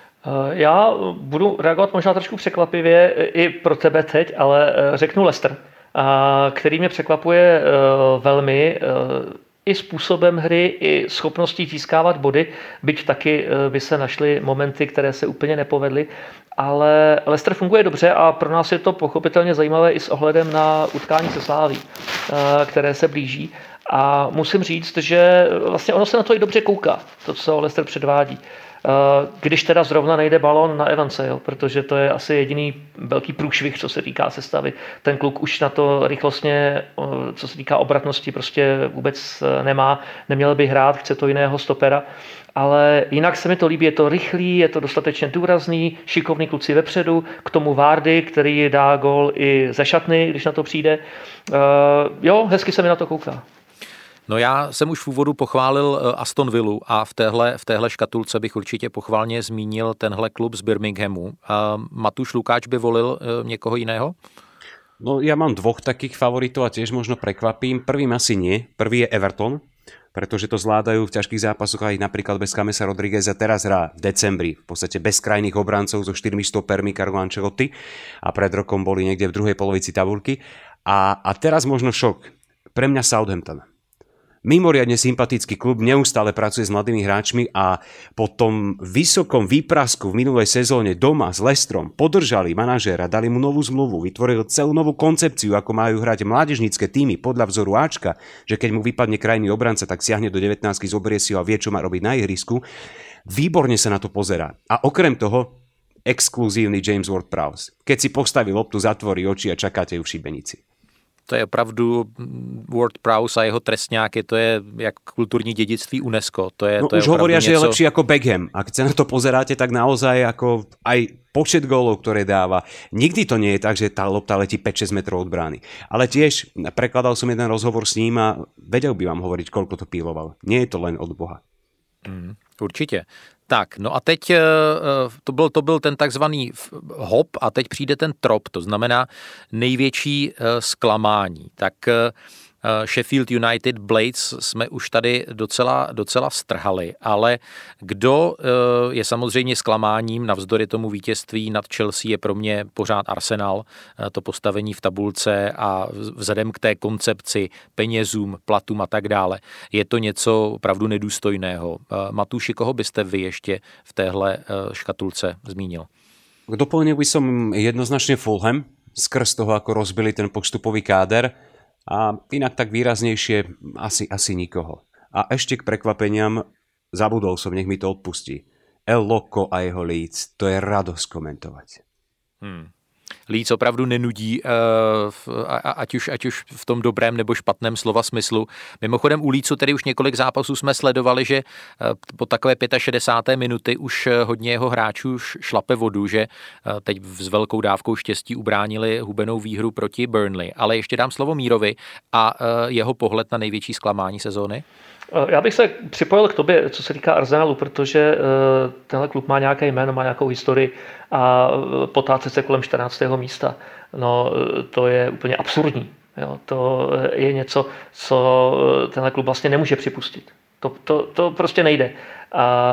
Já budu reagovat možná trošku překvapivě i pro tebe teď, ale řeknu Leicester, který mě překvapuje velmi i způsobem hry, i schopností získávat body, byť taky by se našly momenty, které se úplně nepovedly, ale Leicester funguje dobře a pro nás je to pochopitelně zajímavé i s ohledem na utkání se Slaví, které se blíží. A musím říct, že vlastně ono se na to i dobře kouká, to, co Leicester předvádí. Když teda zrovna nejde balón na Evanse, jo, protože to je asi jediný velký průšvih, co se týká sestavy. Ten kluk už na to rychlostně, co se týká obratnosti, prostě vůbec nemá. Neměl by hrát, chce to jiného stopera. Ale jinak se mi to líbí, je to rychlý, je to dostatečně důrazný, šikovný kluci vepředu, k tomu Vardy, který dá gól i ze šatny, když na to přijde. Uh, jo, hezky se mi na to kouká. No já jsem už v úvodu pochválil Aston Villu a v téhle, v téhle škatulce bych určitě pochválně zmínil tenhle klub z Birminghamu. Uh, Matúš Lukáč by volil uh, někoho jiného? No ja mám dvoch takých favoritov a tiež možno prekvapím. Prvým asi nie. Prvý je Everton, pretože to zvládajú v ťažkých zápasoch aj napríklad bez Chamesa Rodrígueza. Teraz hrá v decembri v podstate bez krajných obrancov so štyrmi stopermi Carlo Ancelotti a pred rokom boli niekde v druhej polovici tabuľky. A, a teraz možno šok. Pre mňa Southampton. Mimoriadne sympatický klub, neustále pracuje s mladými hráčmi a po tom vysokom výprasku v minulej sezóne doma s Leicesterom podržali manažéra, dali mu novú zmluvu, vytvoril celú novú koncepciu, ako majú hrať mládežnícke týmy podľa vzoru Ačka, že keď mu vypadne krajný obranca, tak siahne do devätnástky, zoberie si ho a vie, čo má robiť na ihrisku. Výborne sa na to pozerá. A okrem toho exkluzívny James Ward-Prowse. Keď si postaví loptu, zatvorí oči a čakáte ju v šibenici. To je opravdu Ward-Prowse a jeho trestňáky, to je jak kulturní dědictví UNESCO. To je, no to už je hovoria, něco... že je lepší ako Beckham. Ak sa na to pozeráte, tak naozaj ako aj počet gólov, ktoré dáva. Nikdy to nie je tak, že tá lopta letí päť šesť metrov od brány. Ale tiež prekladal som jeden rozhovor s ním a vedel by vám hovoriť, koľko to píloval. Nie je to len od Boha. Mm, určitě. Tak, no a teď to byl, to byl ten takzvaný hop a teď přijde ten trop, to znamená největší zklamání. Tak Sheffield United Blades jsme už tady docela, docela strhali, ale kdo je samozřejmě zklamáním navzdory tomu vítězství nad Chelsea je pro mě pořád Arsenal, to postavení v tabulce a vzhledem k té koncepci, penězům, platům a tak dále. Je to něco opravdu nedůstojného. Matúši, koho byste vy ještě v téhle škatulce zmínil? K doplneniu by som jednoznačne Fulham, skrz toho, ako rozbili ten postupový káder. A inak tak výraznejšie asi, asi nikoho. A ešte k prekvapeniam, zabudol som, nech mi to odpustí. El Loco a jeho Leeds, to je radosť komentovať. Hmm. Leeds opravdu nenudí, ať už, ať už v tom dobrém nebo špatném slova smyslu. Mimochodem u Leedsu tedy už několik zápasů jsme sledovali, že po takové šedesáté páté minuty už hodně jeho hráčů šlape vodu, že teď s velkou dávkou štěstí ubránili hubenou výhru proti Burnley. Ale ještě dám slovo Mírovi a jeho pohled na největší zklamání sezóny. Já bych se připojil k tobě, co se týká Arsenalu, protože tenhle klub má nějaké jméno, má nějakou historii a potáce se kolem čtrnáctého místa. No, to je úplně absurdní. Jo? To je něco, co tenhle klub vlastně nemůže připustit. To, to, to prostě nejde. A, a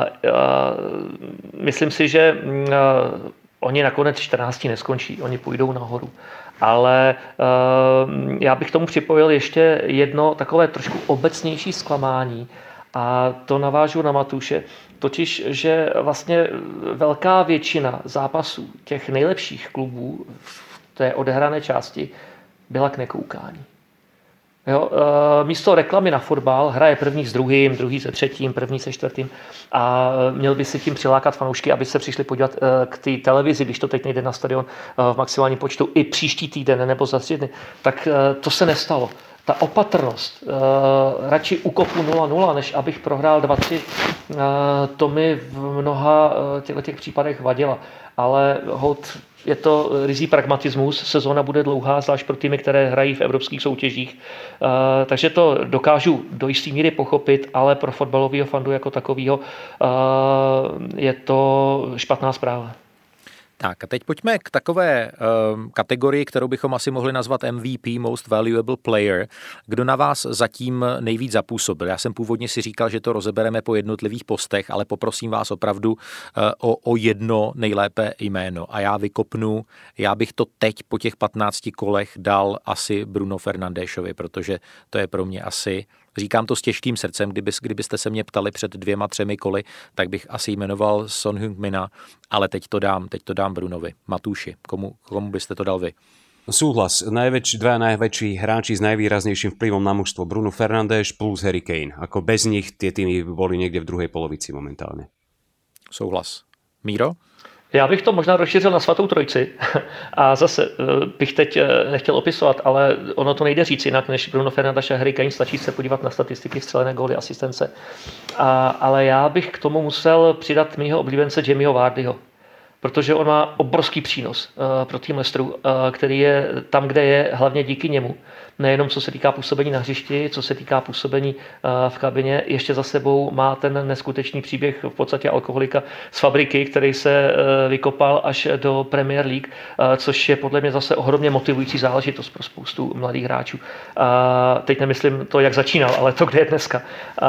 myslím si, že a, oni nakonec čtrnácti neskončí, oni půjdou nahoru. Ale uh, já bych tomu připojil ještě jedno takové trošku obecnější zklamání a to navážu na Matúše, totiž, že vlastně velká většina zápasů těch nejlepších klubů v té odehrané části byla k nekoukání. Jo, místo reklamy na fotbal hraje první s druhým, druhý se třetím, první se čtvrtým a měl by si tím přilákat fanoušky, aby se přišli podívat k té televizi, když to teď nejde na stadion v maximálním počtu i příští týden nebo za tři dny. Tak to se nestalo. Ta opatrnost, radši ukopu nula nula, než abych prohrál dva tři, to mi v mnoha těchto těch případech vadila. Ale hod je to rizí pragmatismus, sezóna bude dlouhá, zvlášť pro týmy, které hrají v evropských soutěžích. Takže to dokážu do jisté míry pochopit, ale pro fotbalového fandu jako takového je to špatná zpráva. Tak a teď pojďme k takové um, kategorii, kterou bychom asi mohli nazvat M V P, Most Valuable Player. Kdo na vás zatím nejvíc zapůsobil? Já jsem původně si říkal, že to rozebereme po jednotlivých postech, ale poprosím vás opravdu uh, o, o jedno nejlépe jméno. A já vykopnu, já bych to teď po těch patnácti kolech dal asi Bruno Fernandéšovi, protože to je pro mě asi... Říkám to s těžkým srdcem, kdyby, kdybyste se mě ptali před dvěma, třemi koly, tak bych asi jmenoval Son Heung-mina, ale teď to dám, teď to dám Brunovi. Matúši, komu, komu byste to dal vy? Súhlas, najväčší, dva najväčší hráči s najvýraznejším vplyvom na mužstvo Bruno Fernandes plus Harry Kane. Ako bez nich tie týmy boli niekde v druhej polovici momentálne. Souhlas. Míro? Já bych to možná rozšířil na svatou trojici a zase bych teď nechtěl opisovat, ale ono to nejde říct jinak, než Bruno Fernandes a Harry Kane, stačí se podívat na statistiky, střelené góly, asistence. A, ale já bych k tomu musel přidat mýho oblíbence Jamieho Vardyho, protože on má obrovský přínos uh, pro tým Leicesteru, uh, který je tam, kde je, hlavně díky němu. Nejenom co se týká působení na hřišti, co se týká působení uh, v kabině, ještě za sebou má ten neskutečný příběh v podstatě alkoholika z fabriky, který se uh, vykopal až do Premier League, uh, což je podle mě zase ohromně motivující záležitost pro spoustu mladých hráčů. Uh, teď nemyslím to, jak začínal, ale to, kde je dneska.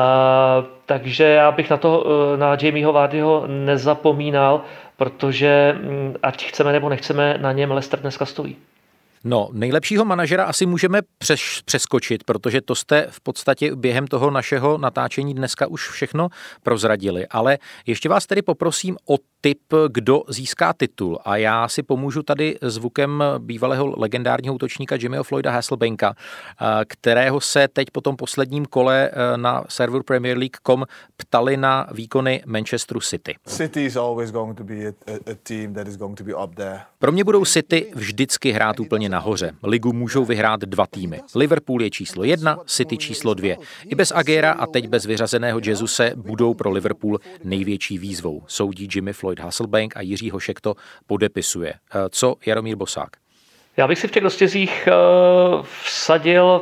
Uh, takže já bych na, to, uh, na Jamieho Vardyho nezapomínal, protože ať chceme nebo nechceme, na něm Leicester dneska stojí. No, nejlepšího manažera asi můžeme přes, přeskočit, protože to jste v podstatě během toho našeho natáčení dneska už všechno prozradili, ale ještě vás tedy poprosím o tip, kdo získá titul a já si pomůžu tady zvukem bývalého legendárního útočníka Jimmyho Floyda Hasselbanka, kterého se teď po tom posledním kole na serveru Premier League tečka com ptali na výkony Manchesteru City. City is always going to be a, a team that is going to be up there. Pro mě budou City vždycky hrát úplně nahoře. Ligu můžou vyhrát dva týmy. Liverpool je číslo jedna, City číslo dvě. I bez Aguera a teď bez vyřazeného Jesuse budou pro Liverpool největší výzvou. Soudí Jimmy Floyd Hasselbank a Jiří Hošek to podepisuje. Co Jaromír Bosák? Já bych si v těch dostězích uh, vsadil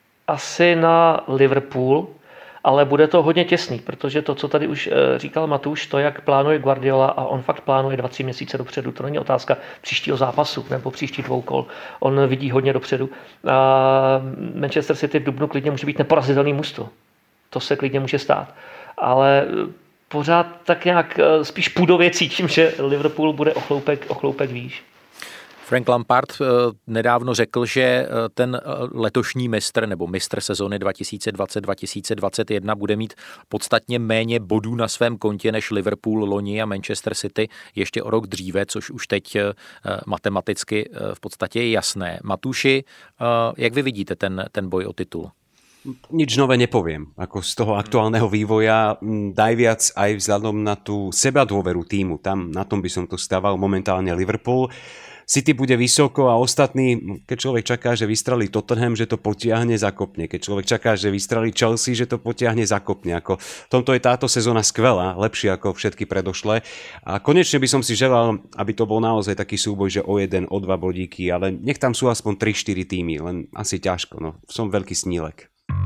asi na Liverpool, ale bude to hodně těsný, protože to, co tady už uh, říkal Matúš, to, jak plánuje Guardiola a on fakt plánuje dva, tři měsíce dopředu, to není otázka příštího zápasu nebo příští dvou kol. On vidí hodně dopředu. Uh, Manchester City v dubnu klidně může být neporazitelný mužstvo. To se klidně může stát. Ale pořád tak nějak spíš půdově cítím, že Liverpool bude o chloupek, o chloupek výš. Frank Lampard nedávno řekl, že ten letošní mistr nebo mistr sezóny dva tisíce dvacet dva tisíce dvacet jedna bude mít podstatně méně bodů na svém kontě než Liverpool loni a Manchester City ještě o rok dříve, což už teď matematicky v podstatě je jasné. Matúši, jak vy vidíte ten, ten boj o titul? Nič nové nepoviem. Ako z toho aktuálneho vývoja najviac aj vzhľadom na tú sebadôveru tímu. Tam na tom by som to stával momentálne Liverpool. City bude vysoko a ostatní, keď človek čaká, že vystrelí Tottenham, že to potiahne, zakopne. Keď človek čaká, že vystrelí Chelsea, že to potiahne, zakopne. Ako v tomto je táto sezóna skvelá, lepšia ako všetky predošlé. A konečne by som si želal, aby to bol naozaj taký súboj, že o jeden, o dva bodíky, ale nech tam sú aspoň tri štyri týmy, len asi ťažko. No, som veľký snílek.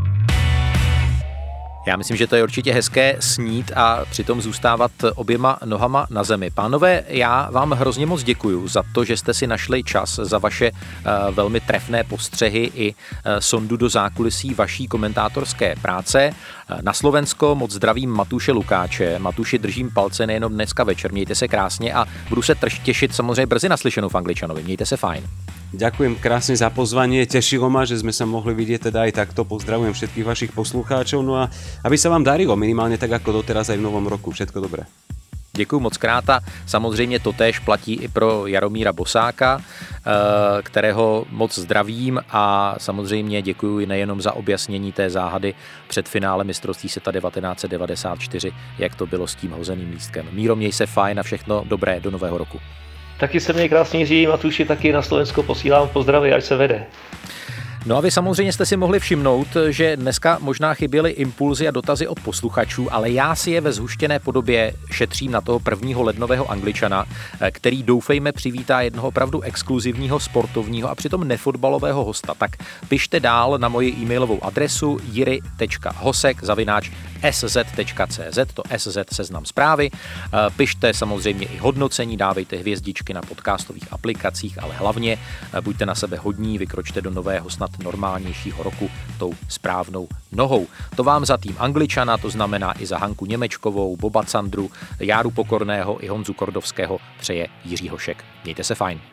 Já myslím, že to je určitě hezké snít a přitom zůstávat oběma nohama na zemi. Pánové, já vám hrozně moc děkuju za to, že jste si našli čas, za vaše uh, velmi trefné postřehy i uh, sondu do zákulisí vaší komentátorské práce. Uh, na Slovensko moc zdravím Matúše Lukáče. Matúši, držím palce nejenom dneska večer. Mějte se krásně a budu se trž těšit samozřejmě brzy naslyšenou v Angličanovi. Mějte se fajn. Ďakujem krásne za pozvanie, tešilo ma, že sme sa mohli vidieť teda aj takto, pozdravujem všetkých vašich poslucháčov, no a aby sa vám darilo minimálne tak ako doteraz aj v novom roku, všetko dobré. Děkuju moc krát a samozřejmě to též platí i pro Jaromíra Bosáka. kterého moc zdravím a samozřejmě děkuji nejenom za objasnění té záhady před finále mistrovství světa devatenáct set devadesát čtyři, jak to bylo s tím hozeným lístkem. Míro, měj se fajn a všechno dobré do nového roku. Taky se měj krásně, Jiří, Matuši, taky na Slovensko posílám pozdravy, až se vede. No a vy samozřejmě jste si mohli všimnout, že dneska možná chyběly impulzy a dotazy od posluchačů, ale já si je ve zhuštěné podobě šetřím na toho prvního lednového Angličana, který doufejme přivítá jednoho opravdu exkluzivního sportovního a přitom nefotbalového hosta. Tak pište dál na moji e-mailovou adresu jiry tečka hosek zavináč es zet tečka cé zet, to es zet seznam zprávy. Pište samozřejmě i hodnocení, dávejte hvězdičky na podcastových aplikacích, ale hlavně buďte na sebe hodní, vykročte do nového snad normálnějšího roku tou správnou nohou. To vám za tým Angličana, to znamená i za Hanku Němečkovou, Boba Candru, Járu Pokorného i Honzu Kordovského přeje Jiří Hošek. Mějte se fajn.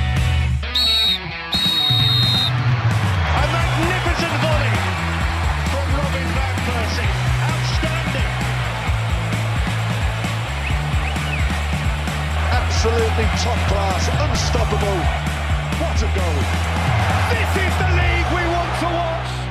Absolutely top class, unstoppable. What a goal. This is the league we want to watch.